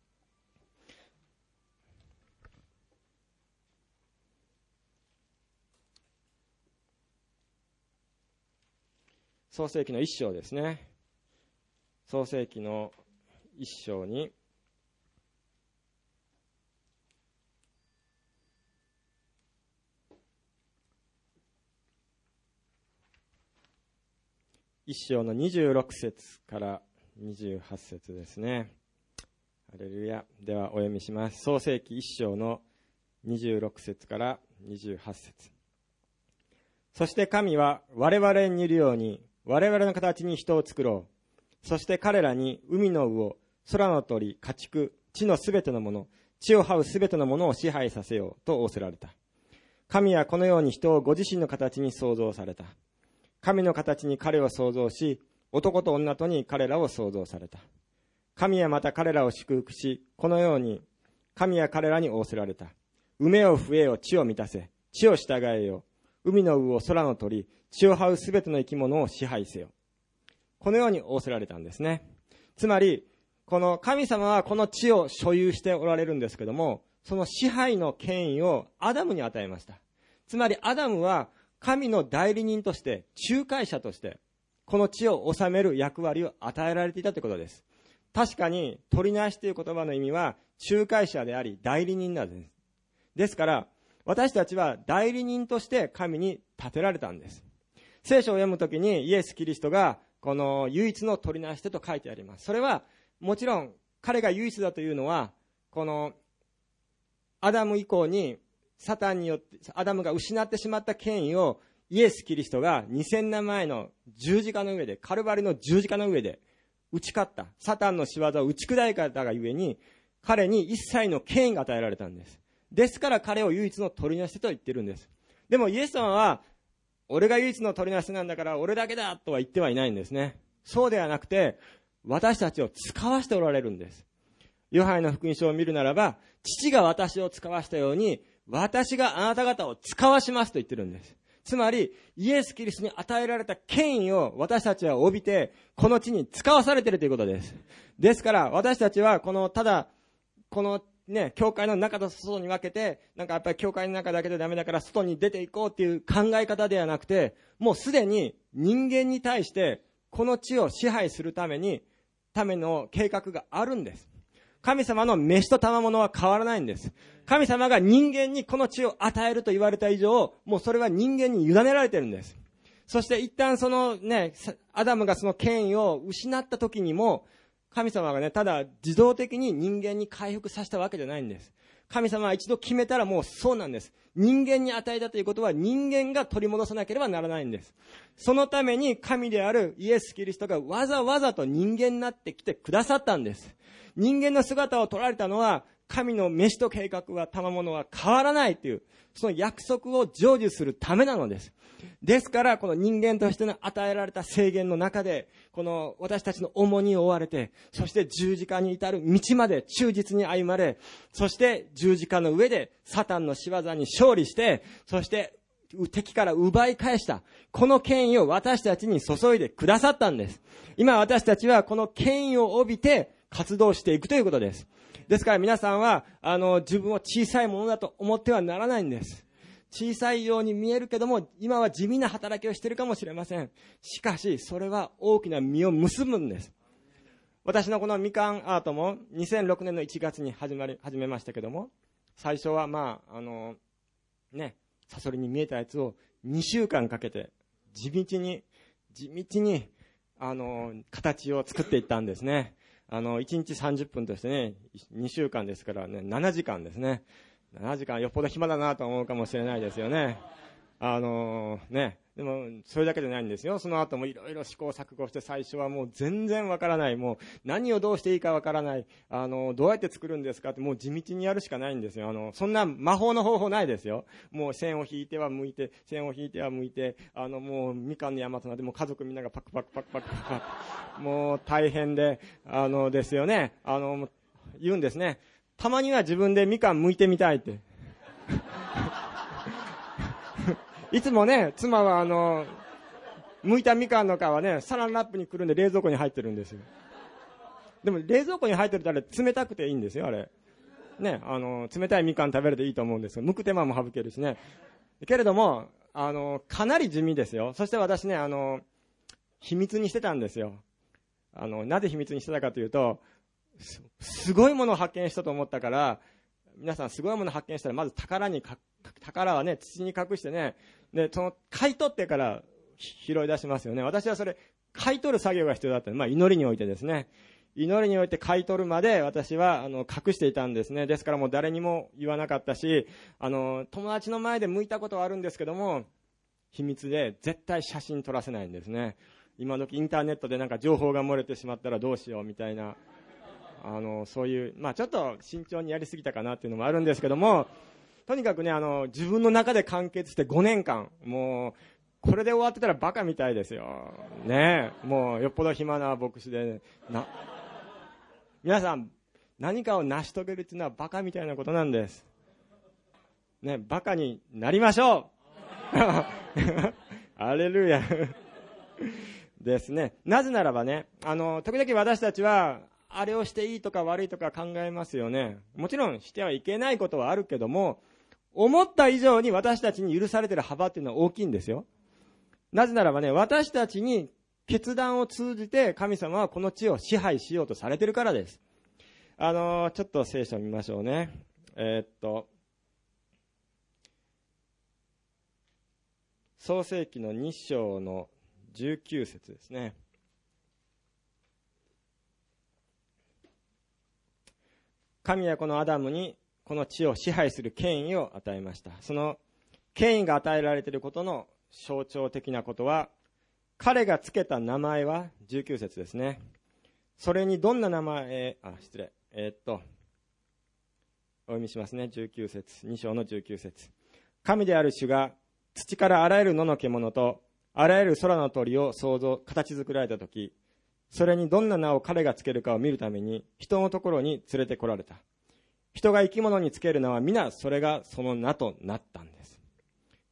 創世記の一章ですね。創世記の一章に一章のにじゅうろく節からにじゅうはち節ですね。ハレルヤ。ではお読みします。創世記一章のにじゅうろく節からにじゅうはち節。そして神は我々にいるように我々の形に人を作ろう。そして彼らに海の魚、空の鳥、家畜、地のすべてのもの、地を這うすべてのものを支配させようと仰せられた。神はこのように人をご自身の形に創造された。神の形に彼を創造し、男と女とに彼らを創造された。神はまた彼らを祝福し、このように神は彼らに仰せられた。埋めよ増えよ地を満たせ、地を従えよ。海の魚、空の鳥、地を這うすべての生き物を支配せよ。このように仰せられたんですね。つまり、この神様はこの地を所有しておられるんですけども、その支配の権威をアダムに与えました。つまりアダムは神の代理人として、仲介者として、この地を治める役割を与えられていたということです。確かに、取りなしという言葉の意味は、仲介者であり、代理人なんです。ですから、私たちは代理人として神に立てられたんです。聖書を読むときに、イエス・キリストが、この唯一の取りなし手と書いてあります。それは、もちろん、彼が唯一だというのは、この、アダム以降に、サタンによって、アダムが失ってしまった権威をイエス・キリストがにせんねんまえの十字架の上で、カルバリの十字架の上で打ち勝った。サタンの仕業を打ち砕いたがゆえに、彼に一切の権威が与えられたんです。ですから彼を唯一の取りなし手と言ってるんです。でもイエス様は、俺が唯一の取りなし手なんだから俺だけだとは言ってはいないんですね。そうではなくて、私たちを使わしておられるんです。ヨハネの福音書を見るならば、父が私を使わしたように、私があなた方を使わしますと言ってるんです。 つまり、イエス・キリストに与えられた権威を私たちは帯びて、この地に使わされているということです。ですから、私たちは、この、ただ、このね、教会の中と外に分けて、なんかやっぱり教会の中だけでダメだから外に出ていこうっていう考え方ではなくて、もうすでに人間に対して、この地を支配するために、ための計画があるんです。神様の飯と賜物は変わらないんです。神様が人間にこの地を与えると言われた以上、もうそれは人間に委ねられてるんです。そして一旦そのね、アダムがその権威を失った時にも、神様がね、ただ自動的に人間に回復させたわけじゃないんです。神様は一度決めたらもうそうなんです。人間に与えたということは人間が取り戻さなければならないんです。そのために神であるイエス・キリストがわざわざと人間になってきてくださったんです。人間の姿を取られたのは、神の召しと計画は賜物は変わらないという、その約束を成就するためなのです。ですから、この人間としての与えられた制限の中で、この私たちの重荷を負われて、そして十字架に至る道まで忠実に歩まれ、そして十字架の上でサタンの仕業に勝利して、そして敵から奪い返した、この権威を私たちに注いでくださったんです。今私たちはこの権威を帯びて活動していくということです。ですから皆さんは、あの、自分を小さいものだと思ってはならないんです。小さいように見えるけども、今は地味な働きをしているかもしれません。しかし、それは大きな実を結ぶんです。私のこのみかんアートもにせんろくねんのいちがつに始まり、始めましたけども、最初はまあ、あの、ね、サソリに見えたやつをにしゅうかんかけて、地道に、地道に、あの、形を作っていったんですね。あの、いちにちさんじゅっぷんとしてね、にしゅうかんですからね、ななじかんですね。ななじかんよっぽど暇だなと思うかもしれないですよね。あのー、ね。でも、それだけじゃないんですよ。その後もいろいろ試行錯誤して、最初はもう全然わからない。もう何をどうしていいかわからない。あのー、どうやって作るんですかって、もう地道にやるしかないんですよ。あの、そんな魔法の方法ないですよ。もう線を引いては向いて、線を引いては向いて、あの、もうみかんの山となって、もう家族みんながパクパクパクパクパクパク。もう大変で、あの、ですよね。あの、言うんですね。たまには自分でみかん剥いてみたいって。いつもね、妻はあの、剥いたみかんの皮はね、サランラップにくるんで冷蔵庫に入ってるんですよ。でも冷蔵庫に入ってるとあれ冷たくていいんですよ、あれ。ね、あの、冷たいみかん食べるといいと思うんですよ。剥く手間も省けるしね。けれども、あの、かなり地味ですよ。そして私ね、あの、秘密にしてたんですよ。あの、なぜ秘密にしてたかというと、す, すごいものを発見したと思ったから、皆さんすごいものを発見したら、まず宝にか、宝はね、土に隠してね、で、その、買い取ってから拾い出しますよね。私はそれ、買い取る作業が必要だった。まあ、祈りにおいてですね。祈りにおいて買い取るまで私は、あの、隠していたんですね。ですからもう誰にも言わなかったし、あの、友達の前で剥いたことはあるんですけども、秘密で絶対写真撮らせないんですね。今時インターネットでなんか情報が漏れてしまったらどうしようみたいな。あの、そういう、まあちょっと慎重にやりすぎたかなっていうのもあるんですけども、とにかくね、あの、自分の中で完結してごねんかん、もう、これで終わってたらバカみたいですよ。ねえ、もうよっぽど暇な牧師で、ね、な、皆さん、何かを成し遂げるっていうのはバカみたいなことなんです。ね、バカになりましょうアレルヤですね。なぜならばね、あの、時々私たちは、あれをしていいとか悪いとか考えますよね。もちろんしてはいけないことはあるけども、思った以上に私たちに許されている幅っていうのは大きいんですよ。なぜならばね、私たちに決断を通じて神様はこの地を支配しようとされているからです。あの、ちょっと聖書を見ましょうね。えー、っと、創世記のに章のじゅうきゅう節ですね。神はこのアダムにこの地を支配する権威を与えました。その権威が与えられていることの象徴的なことは、彼がつけた名前はじゅうきゅう節ですね。それにどんな名前、あ、失礼。えー、っと、お読みしますね。じゅうきゅう節、に章のじゅうきゅう節。神である主が土からあらゆる野の獣とあらゆる空の鳥を創造、形作られたとき、それにどんな名を彼がつけるかを見るために人のところに連れてこられた。人が生き物につける名は皆それがその名となったんです。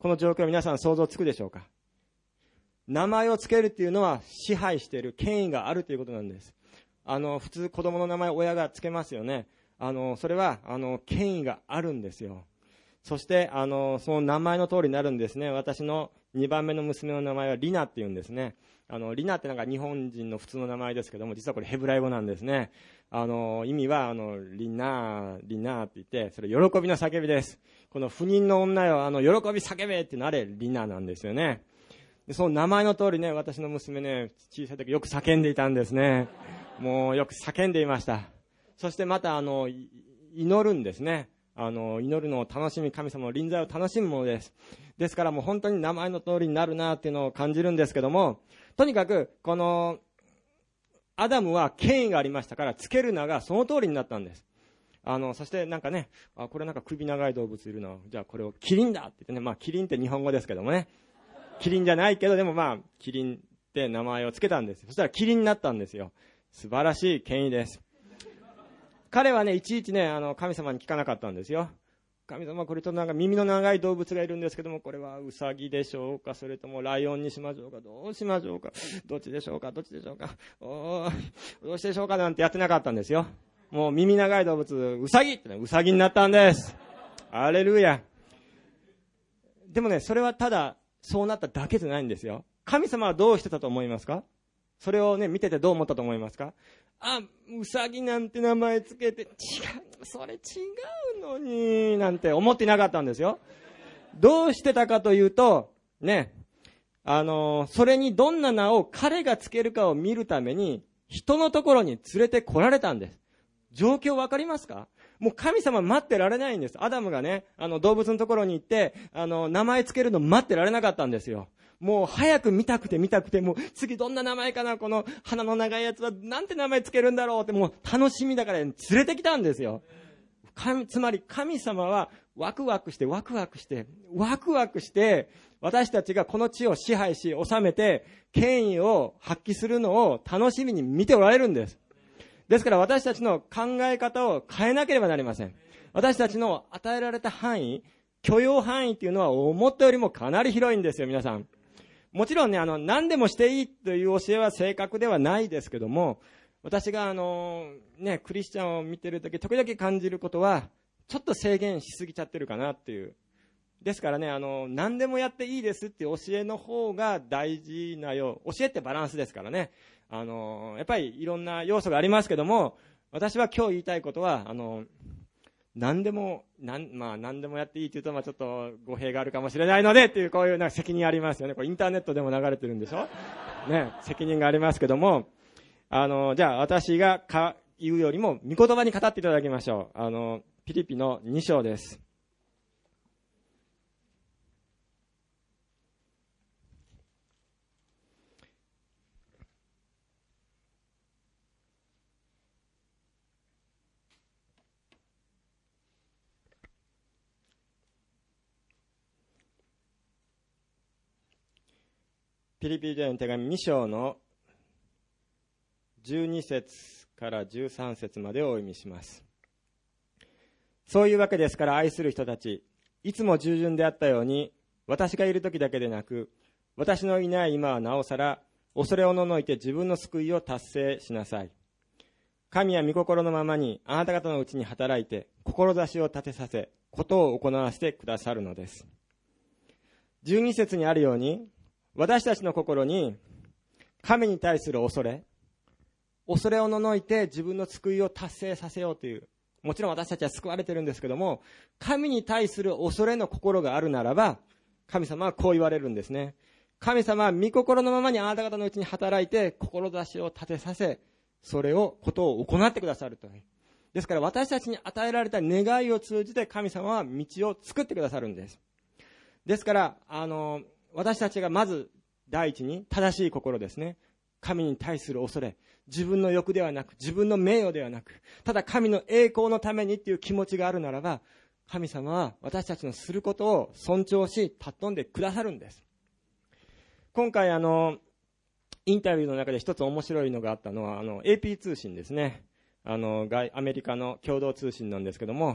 この状況皆さん想像つくでしょうか。名前をつけるっていうのは支配している権威があるということなんです。あの、普通子供の名前を親がつけますよね。あの、それは、あの、権威があるんですよ。そして、あの、その名前の通りになるんですね。私のにばんめの娘の名前はリナって言うんですね。あの、リナってなんか日本人の普通の名前ですけども、実はこれヘブライ語なんですね。あの、意味は、あの、リナー、リナーって言って、それ喜びの叫びです。この不妊の女よ、あの、喜び叫べっていうのあれ、リナなんですよね。でその名前の通りね、私の娘ね、小さい時よく叫んでいたんですね。もうよく叫んでいました。そしてまた、あの、祈るんですね。あの、祈るのを楽しみ、神様の臨在を楽しむものです。ですからもう本当に名前の通りになるなっていうのを感じるんですけども、とにかく、この、アダムは権威がありましたから、つける名がその通りになったんです。あの、そしてなんかね、あ、これなんか首長い動物いるな。じゃあこれをキリンだって言ってね、まあキリンって日本語ですけどもね。キリンじゃないけど、でもまあ、キリンって名前をつけたんです。そしたらキリンになったんですよ。素晴らしい権威です。彼はね、いちいちね、あの、神様に聞かなかったんですよ。神様、これとなんか耳の長い動物がいるんですけども、これはウサギでしょうか、それともライオンにしましょうか、どうしましょうか、どっちでしょうか、どっちでしょうか、おー、どうしてでしょうかなんてやってなかったんですよ。もう耳長い動物、ウサギってね、ウサギになったんです。アレルヤ。でもね、それはただ、そうなっただけじゃないんですよ。神様はどうしてたと思いますか？それをね、見ててどう思ったと思いますか？あ、ウサギなんて名前つけて、違う、それ違うのに、なんて思っていなかったんですよ。どうしてたかというと、ね、あの、それにどんな名を彼がつけるかを見るために、人のところに連れて来られたんです。状況わかりますか？もう神様待ってられないんです。アダムがね、あの動物のところに行って、あの、名前つけるの待ってられなかったんですよ。もう早く見たくて見たくて、もう次どんな名前かな、この鼻の長いやつはなんて名前つけるんだろうって、もう楽しみだから連れてきたんですよ。神、つまり神様はワクワクしてワクワクしてワクワクして私たちがこの地を支配し治めて権威を発揮するのを楽しみに見ておられるんです。ですから私たちの考え方を変えなければなりません。私たちの与えられた範囲、許容範囲っていうのは思ったよりもかなり広いんですよ、皆さん。もちろんね、あの、何でもしていいという教えは正確ではないですけども、私があの、ね、クリスチャンを見てるとき、時々感じることは、ちょっと制限しすぎちゃってるかなっていう。ですからね、あの、何でもやっていいですっていう教えの方が大事なよう。教えってバランスですからね。あの、やっぱりいろんな要素がありますけども、私は今日言いたいことは、あの、何でも、なん、まあ何でもやっていいって言うと、まあちょっと語弊があるかもしれないのでっていう、こういうなんか責任ありますよね。これインターネットでも流れてるんでしょね、責任がありますけども、あの、じゃあ私がか言うよりも、御言葉に語っていただきましょう。あの、ピリピのに章です。ピリピ人への手紙に章のじゅうに節からじゅうさん節までをお読みします。そういうわけですから愛する人たち、いつも従順であったように、私がいる時だけでなく、私のいない今はなおさら、恐れおののいて自分の救いを達成しなさい。神は御心のままにあなた方のうちに働いて、志を立てさせ、ことを行わせてくださるのです。じゅうに節にあるように、私たちの心に神に対する恐れ、恐れをののいて自分の救いを達成させようという、もちろん私たちは救われてるんですけども、神に対する恐れの心があるならば、神様はこう言われるんですね。神様は御心のままにあなた方のうちに働いて、志を立てさせ、それを、ことを行ってくださると。ですから私たちに与えられた願いを通じて神様は道を作ってくださるんです。ですから、あの、私たちがまず第一に正しい心ですね。神に対する恐れ、自分の欲ではなく、自分の名誉ではなく、ただ神の栄光のためにっていう気持ちがあるならば、神様は私たちのすることを尊重し、尊んでくださるんです。今回あの、インタビューの中で一つ面白いのがあったのは、あの、エーピー 通信ですね。あの、アメリカの共同通信なんですけども、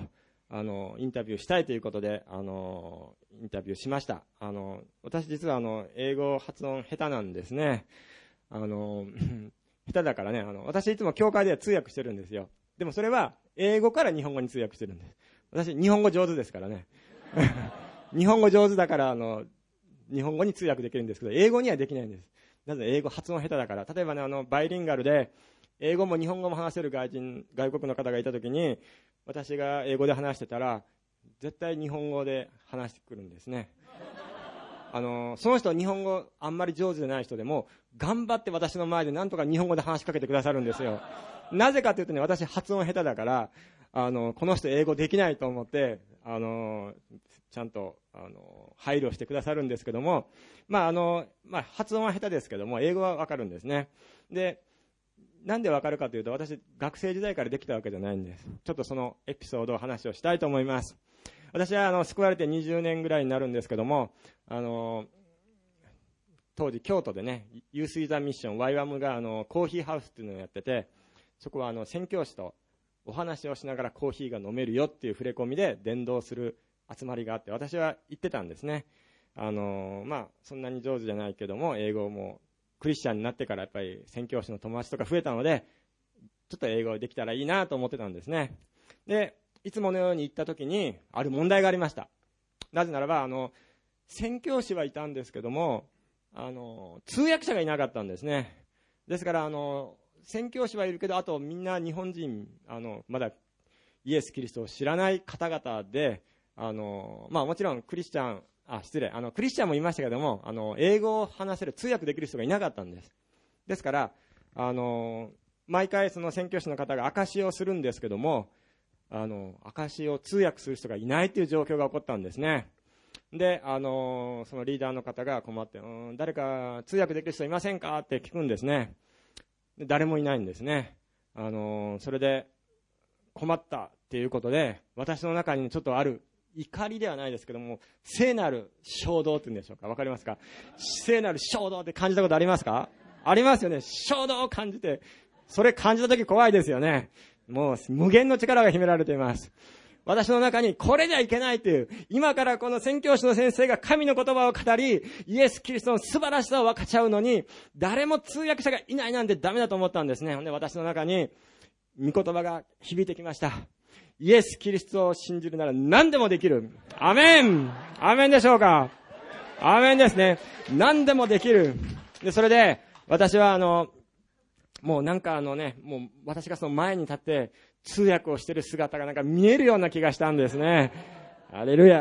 あのインタビューしたいということであのインタビューしました。あの私実はあの英語発音下手なんですね。あの下手だからね、あの私いつも教会では通訳してるんですよ。でもそれは英語から日本語に通訳してるんです。私日本語上手ですからね日本語上手だからあの日本語に通訳できるんですけど、英語にはできないんです。なぜ英語発音下手だから。例えばね、あのバイリンガルで英語も日本語も話せる外人外国の方がいたときに、私が英語で話してたら絶対日本語で話してくるんですね。あのその人日本語あんまり上手でない人でも頑張って私の前でなんとか日本語で話しかけてくださるんですよ。なぜかというとね、私発音下手だからあのこの人英語できないと思ってあのちゃんとあの配慮してくださるんですけども、まああのまあ、発音は下手ですけども英語はわかるんですね。でなんでわかるかというと、私学生時代からできたわけじゃないんです。ちょっとそのエピソードを話をしたいと思います。私はあの救われてにじゅうねんぐらいになるんですけども、あの当時京都でね、ユース・イザ・ミッション ワイワム があのコーヒーハウスっていうのをやってて、そこはあの宣教師とお話をしながらコーヒーが飲めるよっていう触れ込みで伝道する集まりがあって、私は行ってたんですね。あのまあそんなに上手じゃないけども、英語もクリスチャンになってからやっぱり宣教師の友達とか増えたので、ちょっと英語できたらいいなと思ってたんですね。でいつものように行った時にある問題がありました。なぜならばあの宣教師はいたんですけども、あの通訳者がいなかったんですね。ですからあの宣教師はいるけど、あとみんな日本人、あのまだイエス・キリストを知らない方々で、あの、まあ、もちろんクリスチャンあ失礼あのクリスチャンもいましたけども、あの英語を話せる通訳できる人がいなかったんです。ですからあの毎回その宣教師の方が証しをするんですけども、あの証しを通訳する人がいないという状況が起こったんですね。であのそのリーダーの方が困って、うん、誰か通訳できる人いませんかって聞くんですね。で誰もいないんですね。あのそれで困ったっていうことで、私の中にちょっとある怒りではないですけども、聖なる衝動って言うんでしょうか。わかりますか？聖なる衝動って感じたことありますか？ありますよね。衝動を感じて、それ感じたとき怖いですよね。もう無限の力が秘められています。私の中にこれではいけないという、今からこの宣教師の先生が神の言葉を語り、イエス・キリストの素晴らしさを分かち合うのに、誰も通訳者がいないなんてダメだと思ったんですね。ほんで私の中に御言葉が響いてきました。イエス・キリストを信じるなら何でもできる。アメン。アメンでしょうか。アメンですね。何でもできる。で、それで私はあのもうなんかあのね、もう私がその前に立って通訳をしている姿がなんか見えるような気がしたんですね。ハレルヤ。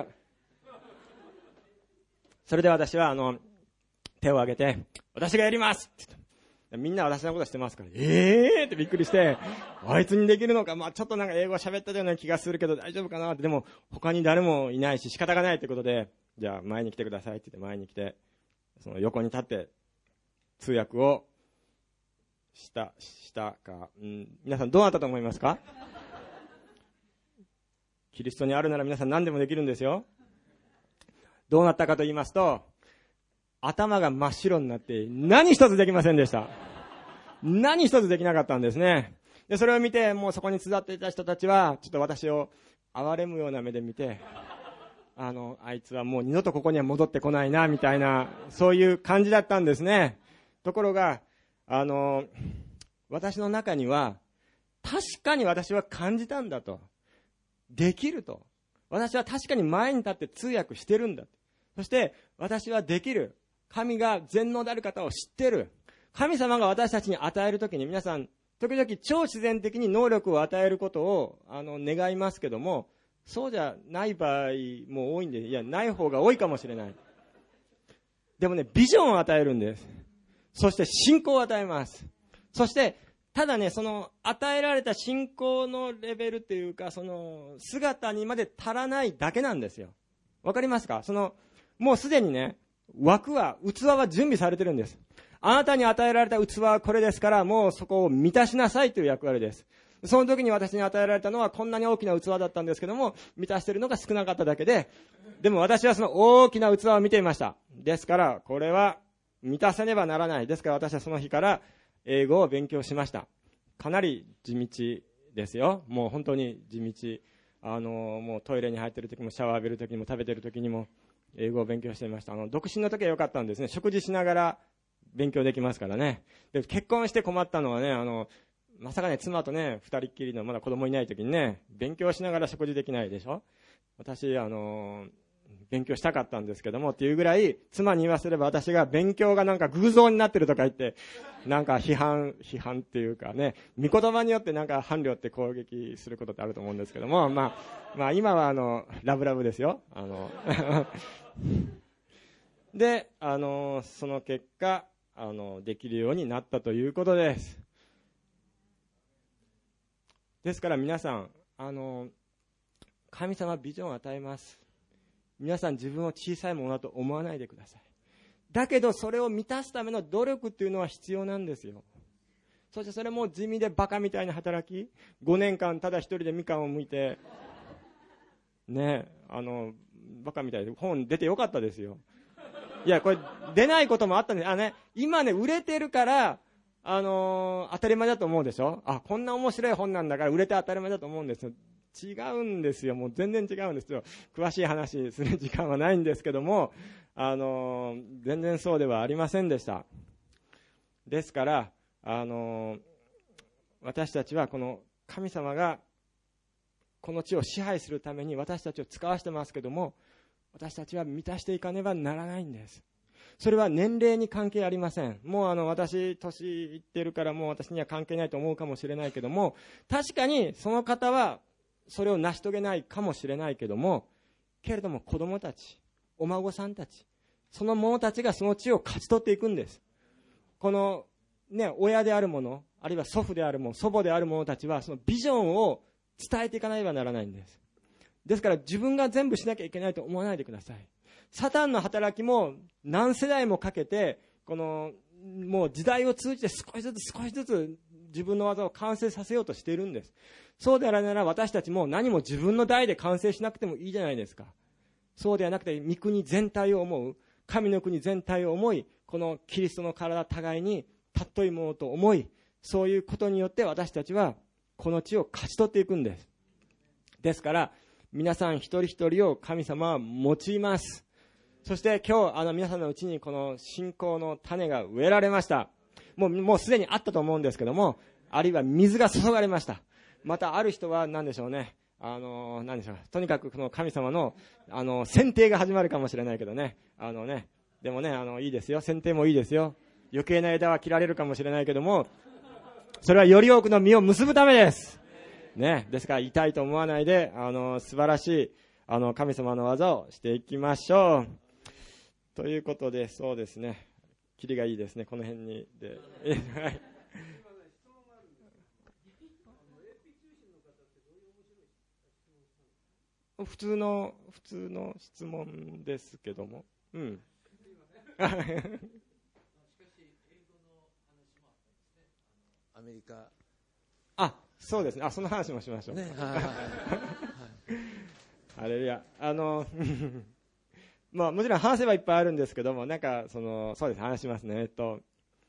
それで私はあの手を挙げて、私がやりますって言った。みんな私のことしてますから、えーってびっくりして、あいつにできるのか、まあちょっとなんか英語喋ったような気がするけど大丈夫かなって、でも他に誰もいないし仕方がないということで、じゃあ前に来てくださいって言って前に来て、その横に立って通訳をした、したか、うん、皆さんどうなったと思いますか？キリストにあるなら皆さん何でもできるんですよ。どうなったかと言いますと、頭が真っ白になって何一つできませんでした。何一つできなかったんですね。で、それを見て、もうそこに集っていた人たちは、ちょっと私を憐れむような目で見て、あの、あいつはもう二度とここには戻ってこないな、みたいな、そういう感じだったんですね。ところが、あの、私の中には、確かに私は感じたんだと。できると。私は確かに前に立って通訳してるんだ。そして、私はできる。神が全能である方を知ってる。神様が私たちに与えるときに、皆さん、時々超自然的に能力を与えることをあの願いますけども、そうじゃない場合も多いんで、いや、ない方が多いかもしれない。でもね、ビジョンを与えるんです。そして信仰を与えます。そして、ただね、その与えられた信仰のレベルというか、その姿にまで足らないだけなんですよ。わかりますか？その、もうすでにね、枠は、器は準備されてるんです。あなたに与えられた器はこれですから、もうそこを満たしなさいという役割です。その時に私に与えられたのはこんなに大きな器だったんですけども、満たしているのが少なかっただけで、でも私はその大きな器を見ていました。ですから、これは満たせねばならない。ですから私はその日から英語を勉強しました。かなり地道ですよ。もう本当に地道。 あのもうトイレに入ってる時もシャワー浴びる時にも食べてる時にも英語を勉強していました。あの独身の時は良かったんですね。食事しながら勉強できますからね。で結婚して困ったのはね、あのまさかね、妻とね二人っきりのまだ子供いない時にね、勉強しながら食事できないでしょ。私あの勉強したかったんですけどもっていうぐらい、妻に言わせれば私が勉強がなんか偶像になってるとか言って、なんか批判批判っていうかね、御言葉によってなんか伴侶って攻撃することってあると思うんですけども、まあまあ今はあのラブラブですよ。あので、あのその結果あのできるようになったということです。ですから皆さん、あの神様はビジョンを与えます。皆さん自分を小さいものだと思わないでください。だけどそれを満たすための努力っていうのは必要なんですよ。そしてそれも地味でバカみたいな働き、ごねんかんただ一人でみかんを剥いてね、あのバカみたいで本出てよかったですよ。いやこれ出ないこともあったんです。あね、今ね売れてるからあのー、当たり前だと思うでしょ。あ、こんな面白い本なんだから売れて当たり前だと思うんですよ。違うんですよ。もう全然違うんですよ。詳しい話する時間はないんですけども、あのー、全然そうではありませんでした。ですから、あのー、私たちはこの神様がこの地を支配するために私たちを使わせてますけども、私たちは満たしていかねばならないんです。それは年齢に関係ありません。もうあの私年いってるからもう私には関係ないと思うかもしれないけども、確かにその方はそれを成し遂げないかもしれないけども、けれども子供たち、お孫さんたち、その者たちがその地を勝ち取っていくんです。このね、親である者、あるいは祖父である者、祖母である者たちはそのビジョンを伝えていかなければならないんです。ですから自分が全部しなきゃいけないと思わないでください。サタンの働きも何世代もかけて、このもう時代を通じて少しずつ少しずつ自分の技を完成させようとしているんです。そうであらなら私たちも何も自分の代で完成しなくてもいいじゃないですか。そうではなくて御国全体を思う、神の国全体を思い、このキリストの体互いに尊いものと思い、そういうことによって私たちはこの地を勝ち取っていくんです。ですから皆さん一人一人を神様は用います。そして今日あの皆さんのうちにこの信仰の種が植えられました。もうもうすでにあったと思うんですけども、あるいは水が注がれました。またある人は何でしょうね、あの何でしょう、とにかくこの神様のあの剪定が始まるかもしれないけどね、あのね、でもね、あのいいですよ、剪定もいいですよ。余計な枝は切られるかもしれないけども、それはより多くの実を結ぶためですね。ですから痛いと思わないで、あの素晴らしいあの神様の技をしていきましょうということで、そうですね、キリがいいですね、この辺にで普通の普通の質問ですけども、うん。 アメリカ、 あ、そうですね。あ、その話もしましょう。ね、はいはいはい。ハレルヤ。あのまあもちろん話せばいっぱいあるんですけども、なんかそのそうです、話しますね。えっと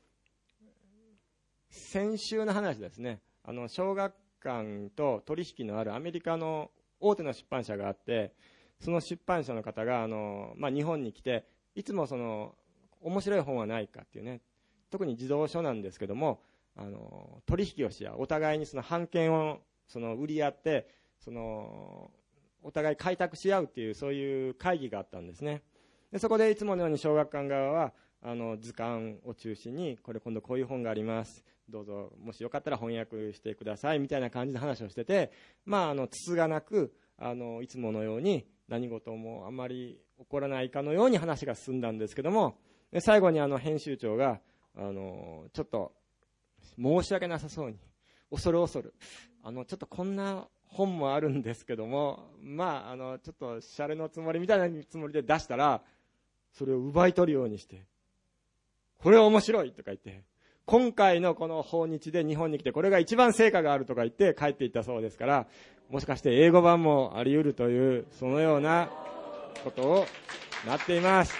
先週の話ですね。あの小学館と取引のあるアメリカの大手の出版社があって、その出版社の方があの、まあ、日本に来て、いつもその面白い本はないかっていうね、特に児童書なんですけども、あの取引をし合う、お互いにその版権をその売り合って、そのお互い開拓し合うっていう、そういう会議があったんですね。でそこでいつものように小学館側はあの図鑑を中心に、これ今度こういう本があります、どうぞもしよかったら翻訳してくださいみたいな感じで話をしてて、まああのつつがなく、あのいつものように何事もあまり起こらないかのように話が進んだんですけども、で最後にあの編集長があのちょっと申し訳なさそうに、恐る恐る、あのちょっとこんな本もあるんですけども、まああのちょっとシャレのつもりみたいなつもりで出したら、それを奪い取るようにして、これは面白いとか言って、今回のこの訪日で日本に来てこれが一番成果があるとか言って帰っていったそうですから、もしかして英語版もあり得るという、そのようなことをなっています。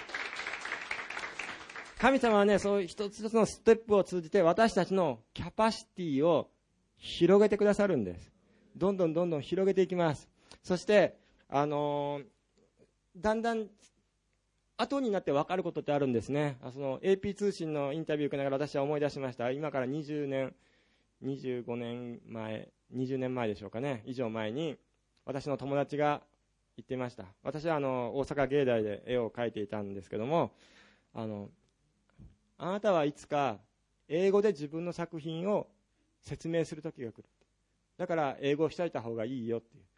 神様はね、そういう一つ一つのステップを通じて私たちのキャパシティを広げてくださるんです。どんどんどんどん広げていきます。 そしてあのだんだん後になって分かることってあるんですね。その エーピー 通信のインタビューを受けながら私は思い出しました。今からにじゅうねん、にじゅうごねんまえ、にじゅうねんまえでしょうかね、以上前に私の友達が言っていました。私はあの大阪芸大で絵を描いていたんですけども、あのあなたはいつか英語で自分の作品を説明する時が来る。だから英語をしといた方がいいよっていう。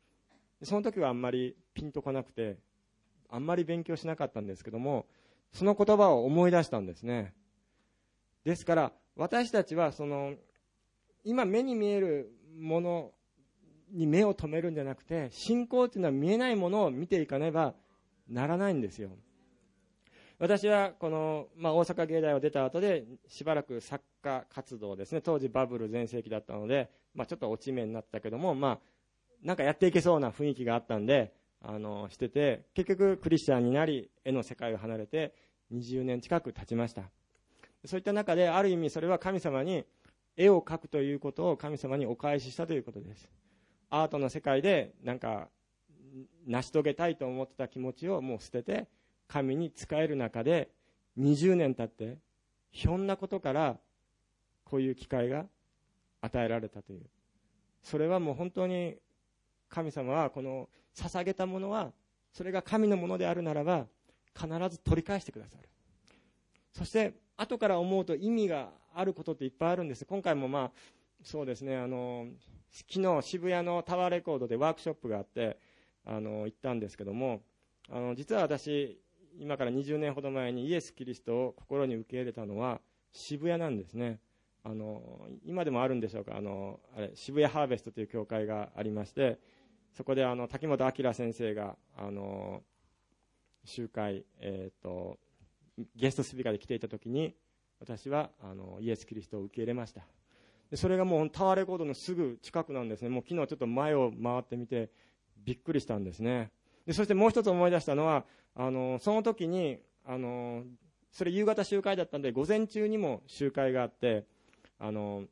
その時はあんまりピンとこなくて、あんまり勉強しなかったんですけども、その言葉を思い出したんですね。ですから私たちはその今目に見えるものに目を留めるんじゃなくて、信仰というのは見えないものを見ていかねばならないんですよ。私はこの、まあ、大阪芸大を出た後でしばらく作家活動ですね、当時バブル全盛期だったので、まあ、ちょっと落ち目になったけども、まあ、なんかやっていけそうな雰囲気があったんであのしてて、結局クリスチャンになり絵の世界を離れてにじゅうねん近く経ちました。そういった中である意味それは神様に絵を描くということを神様にお返ししたということです。アートの世界でなんか成し遂げたいと思ってた気持ちをもう捨てて神に仕える中でにじゅうねん経ってひょんなことからこういう機会が与えられたという、それはもう本当に神様はこの捧げたものはそれが神のものであるならば必ず取り返してくださる。そして後から思うと意味があることっていっぱいあるんです。今回もまあそうですね、あの昨日渋谷のタワーレコードでワークショップがあってあの行ったんですけども、あの実は私今からにじゅうねんほど前にイエス・キリストを心に受け入れたのは渋谷なんですね。あの今でもあるんでしょうか、あのあれ渋谷ハーベストという教会がありまして、そこであの滝本明先生があの集会、えー、とゲストスピーカーで来ていた時に私はあのイエス・キリストを受け入れました。でそれがもうタワーレコードのすぐ近くなんですね。もう昨日ちょっと前を回ってみてびっくりしたんですね。でそしてもう一つ思い出したのはあのその時にあのそれ夕方集会だったんで午前中にも集会があって、あの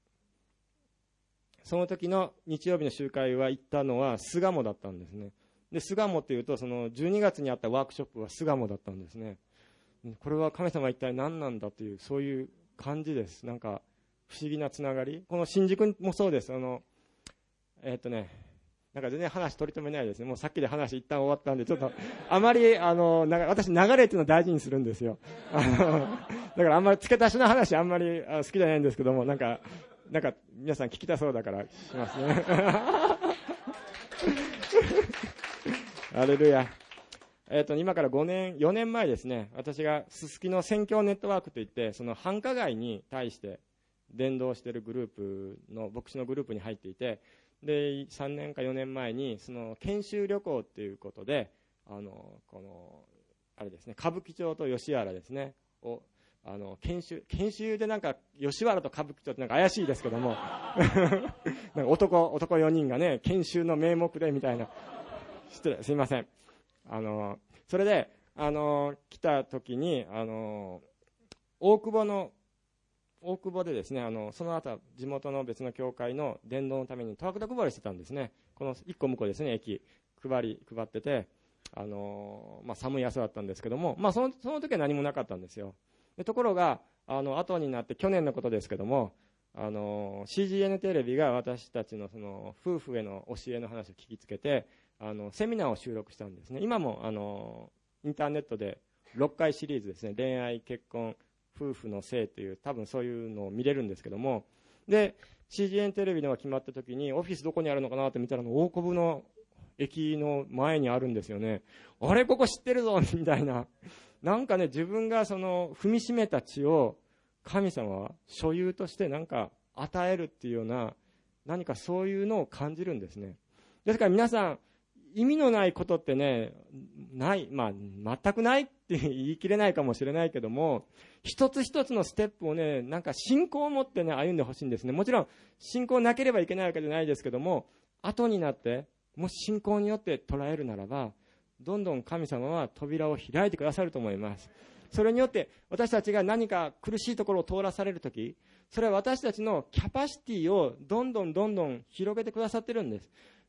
その時の日曜日の集会は行ったのは巣鴨だったんですね。で巣鴨っていうとそのじゅうにがつにあったワークショップは巣鴨だったんですね。これは神様は一体何なんだというそういう感じです。なんか不思議なつながり。この新宿もそうです。あのえー、っとねなんか全然話取り留めないですね。もうさっきで話一旦終わったんでちょっとあまりあの私流れっていうのを大事にするんですよ。だからあんまり付け足しの話あんまり好きじゃないんですけども、なんかなんか皆さん聞きたそうだからしますね。ハレルヤ。えー、と今からごねんよねんまえですね、私がすすきの宣教ネットワークといってその繁華街に対して伝道しているグループの牧師のグループに入っていて、でさんねんかよねんまえにその研修旅行ということであのこのあれですね、歌舞伎町と吉原ですねをあの研修研修でなんか吉原と歌舞伎町ってなんか怪しいですけどもなんか男男よにんがね研修の名目でみたいな、失礼すいません。あのそれであの来た時にあの大久保の大久保でですね、あのその後地元の別の教会の伝道のためにトラクター配りしてたんですね。このいっこ向こうですね、駅配り配ってて、あの、まあ、寒い朝だったんですけども、まあ、そのその時は何もなかったんですよ。でところがあの後になって去年のことですけども、あの シージーエヌ テレビが私たちのその夫婦への教えの話を聞きつけてあのセミナーを収録したんですね。今もあのインターネットでろっかいシリーズですね、恋愛結婚夫婦の性という多分そういうのを見れるんですけども、で シージーエヌ テレビのが決まった時にオフィスどこにあるのかなって見たら大久保の駅の前にあるんですよね。あれここ知ってるぞみたいな、なんかね自分がその踏みしめた地を神様は所有としてなんか与えるっていうような何かそういうのを感じるんですね。ですから皆さん意味のないことってねない、まあ、全くないって言い切れないかもしれないけども、一つ一つのステップをねなんか信仰を持ってね歩んでほしいんですね。もちろん信仰なければいけないわけじゃないですけども、後になってもし信仰によって捉えるならばどんどん神様は扉を開いてくださると思います。それによって私たちが何か苦しいところを通らされるとき、それは私たちのキャパシティをどんどんどんどん広げてくださってるんです。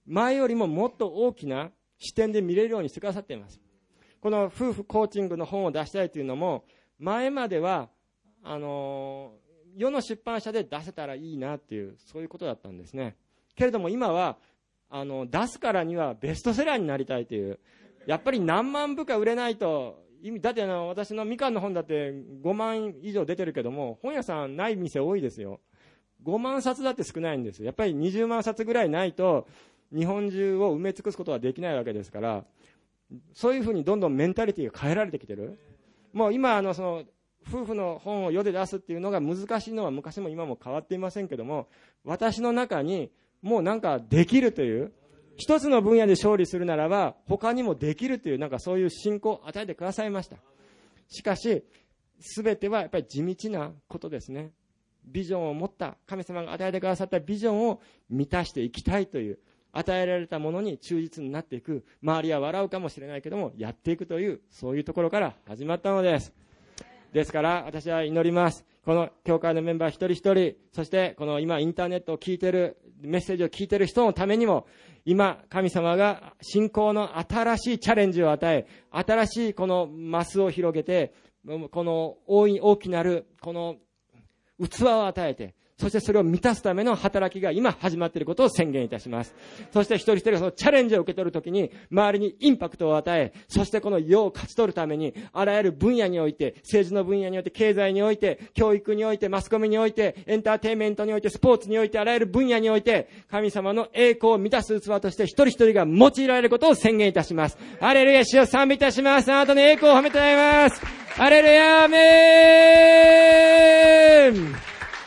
前よりももっと大きな視点で見れるようにしてくださっています。この夫婦コーチングの本を出したいというのも、前まではあの世の出版社で出せたらいいなっていう、そういうことだったんですね。けれども今はあの出すからにはベストセラーになりたいという、やっぱり何万部か売れないと意味だって、あの私のみかんの本だってごまん以上出てるけども、本屋さんない店多いですよ。ごまんさつだって少ないんです。やっぱりにじゅうまんさつぐらいないと日本中を埋め尽くすことはできないわけですから、そういうふうにどんどんメンタリティが変えられてきてる。もう今あのその夫婦の本を世で出すっていうのが難しいのは昔も今も変わっていませんけども、私の中にもうなんかできるという、一つの分野で勝利するならば他にもできるという、なんかそういう信仰を与えてくださいました。しかし全てはやっぱり地道なことですね。ビジョンを持った、神様が与えてくださったビジョンを満たしていきたいという、与えられたものに忠実になっていく、周りは笑うかもしれないけどもやっていくという、そういうところから始まったのです。ですから私は祈ります。この教会のメンバー一人一人、そしてこの今インターネットを聞いている、メッセージを聞いている人のためにも、今神様が信仰の新しいチャレンジを与え、新しいこのマスを広げて、この大い大きなるこの器を与えて、そしてそれを満たすための働きが今始まっていることを宣言いたします。そして一人一人がそのチャレンジを受け取るときに周りにインパクトを与え、そしてこの世を勝ち取るためにあらゆる分野において、政治の分野において、経済において、教育において、マスコミにおいて、エンターテインメントにおいて、スポーツにおいて、あらゆる分野において神様の栄光を満たす器として一人一人が用いられることを宣言いたします。ハレルヤ、主を賛美いたします。あなたの栄光を褒めたたえます。ハレルヤ、アメン。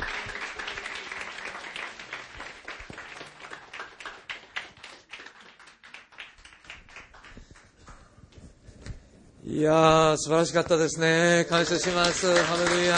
いやー、素晴らしかったですね。感謝します。ハレルヤ。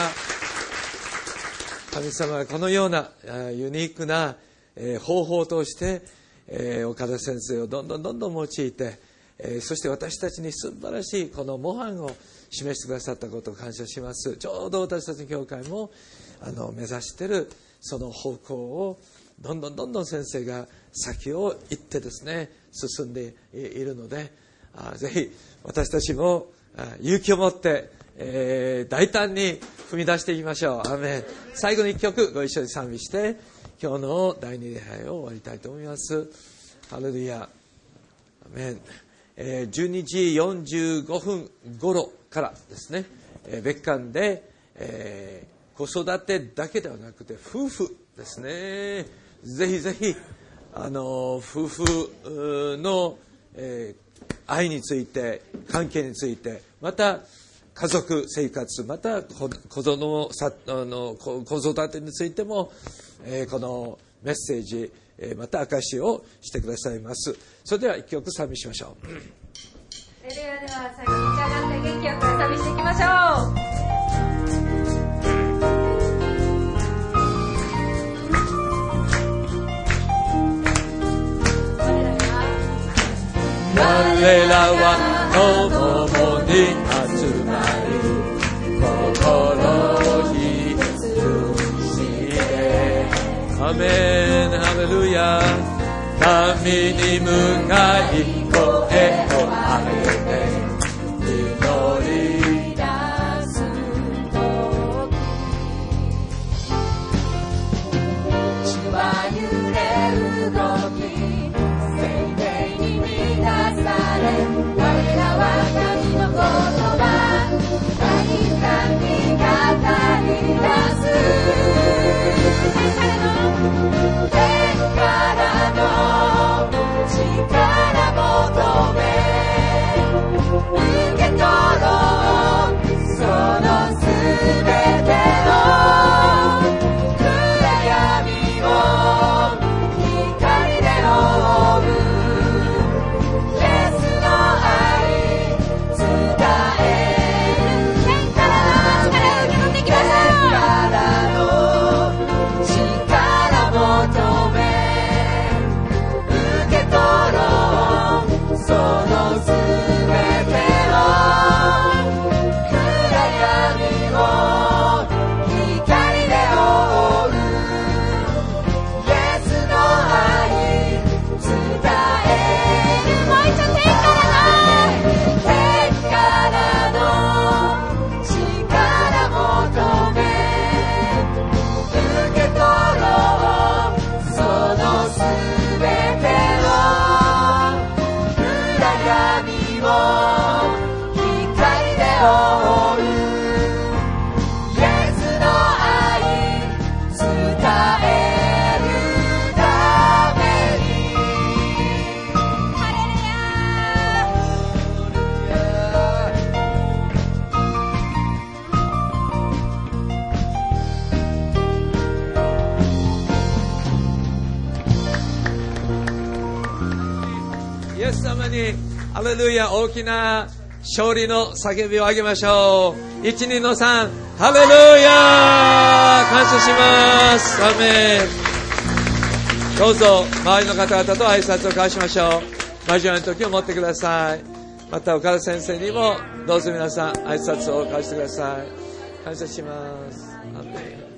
神様はこのようなユニークな方法を通して岡田先生をどんどんどんどん用いて、そして私たちに素晴らしいこの模範を示してくださったことを感謝します。ちょうど私たちの教会もあの目指しているその方向をどんどんどんどん先生が先を行ってですね、進んでいるので、ぜひ私たちも勇気を持って、えー、大胆に踏み出していきましょう。アーメン。最後に一曲ご一緒に賛美して今日の第二礼拝を終わりたいと思います。ハレルヤ。アーメン。えー、じゅうにじよんじゅうごふん頃からですね、えー、別館で、えー、子育てだけではなくて夫婦ですね、ぜひぜひあの夫婦の、えー愛について、関係について、また家族生活、また子供さあの子育てについても、えー、このメッセージ、えー、また証しをしてくださいます。それでは一曲賛美しましょう。 ではでは最後に立ち上がって元気よく賛美していきましょう。 我らは共に集まり心一つにしてアメンハレルヤ。神に向かい声を上げて祈り出すと地は揺れ動き生命に満たされ、我らは神の言葉大胆に語り出す。天からの力求めにハレルヤ、大きな勝利の叫びを上げましょう。一人のさん、ハレルヤ、感謝します。アーメン。どうぞ周りの方々と挨拶を交わしましょう。交わりの時を持ってください。また岡田先生にもどうぞ皆さん挨拶を交わしてください。感謝します。アーメン。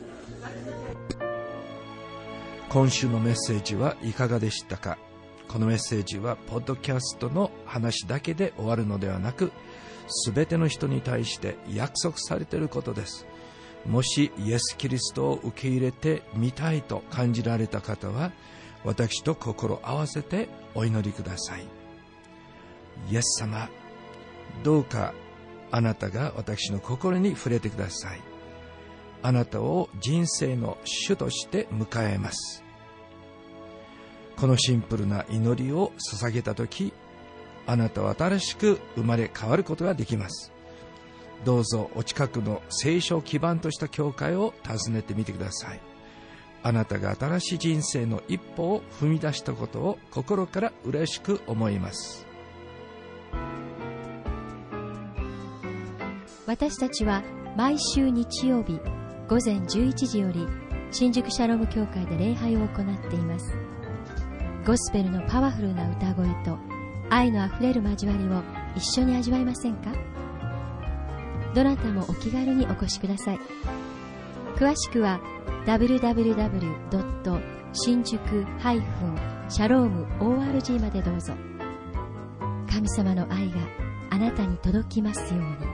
今週のメッセージはいかがでしたか？このメッセージはポッドキャストの話だけで終わるのではなく、すべての人に対して約束されていることです。もしイエス・キリストを受け入れてみたいと感じられた方は、私と心を合わせてお祈りください。イエス様、どうかあなたが私の心に触れてください。あなたを人生の主として迎えます。このシンプルな祈りを捧げたとき、あなたは新しく生まれ変わることができます。どうぞお近くの聖書を基盤とした教会を訪ねてみてください。あなたが新しい人生の一歩を踏み出したことを心から嬉しく思います。 私たちは毎週日曜日午前じゅういちじより新宿シャローム教会で礼拝を行っています。ゴスペルのパワフルな歌声と愛のあふれる交わりを一緒に味わいませんか？どなたもお気軽にお越しください。詳しくは ダブリューダブリューダブリュードットシンジュクシャロームオーアールジー までどうぞ。神様の愛があなたに届きますように。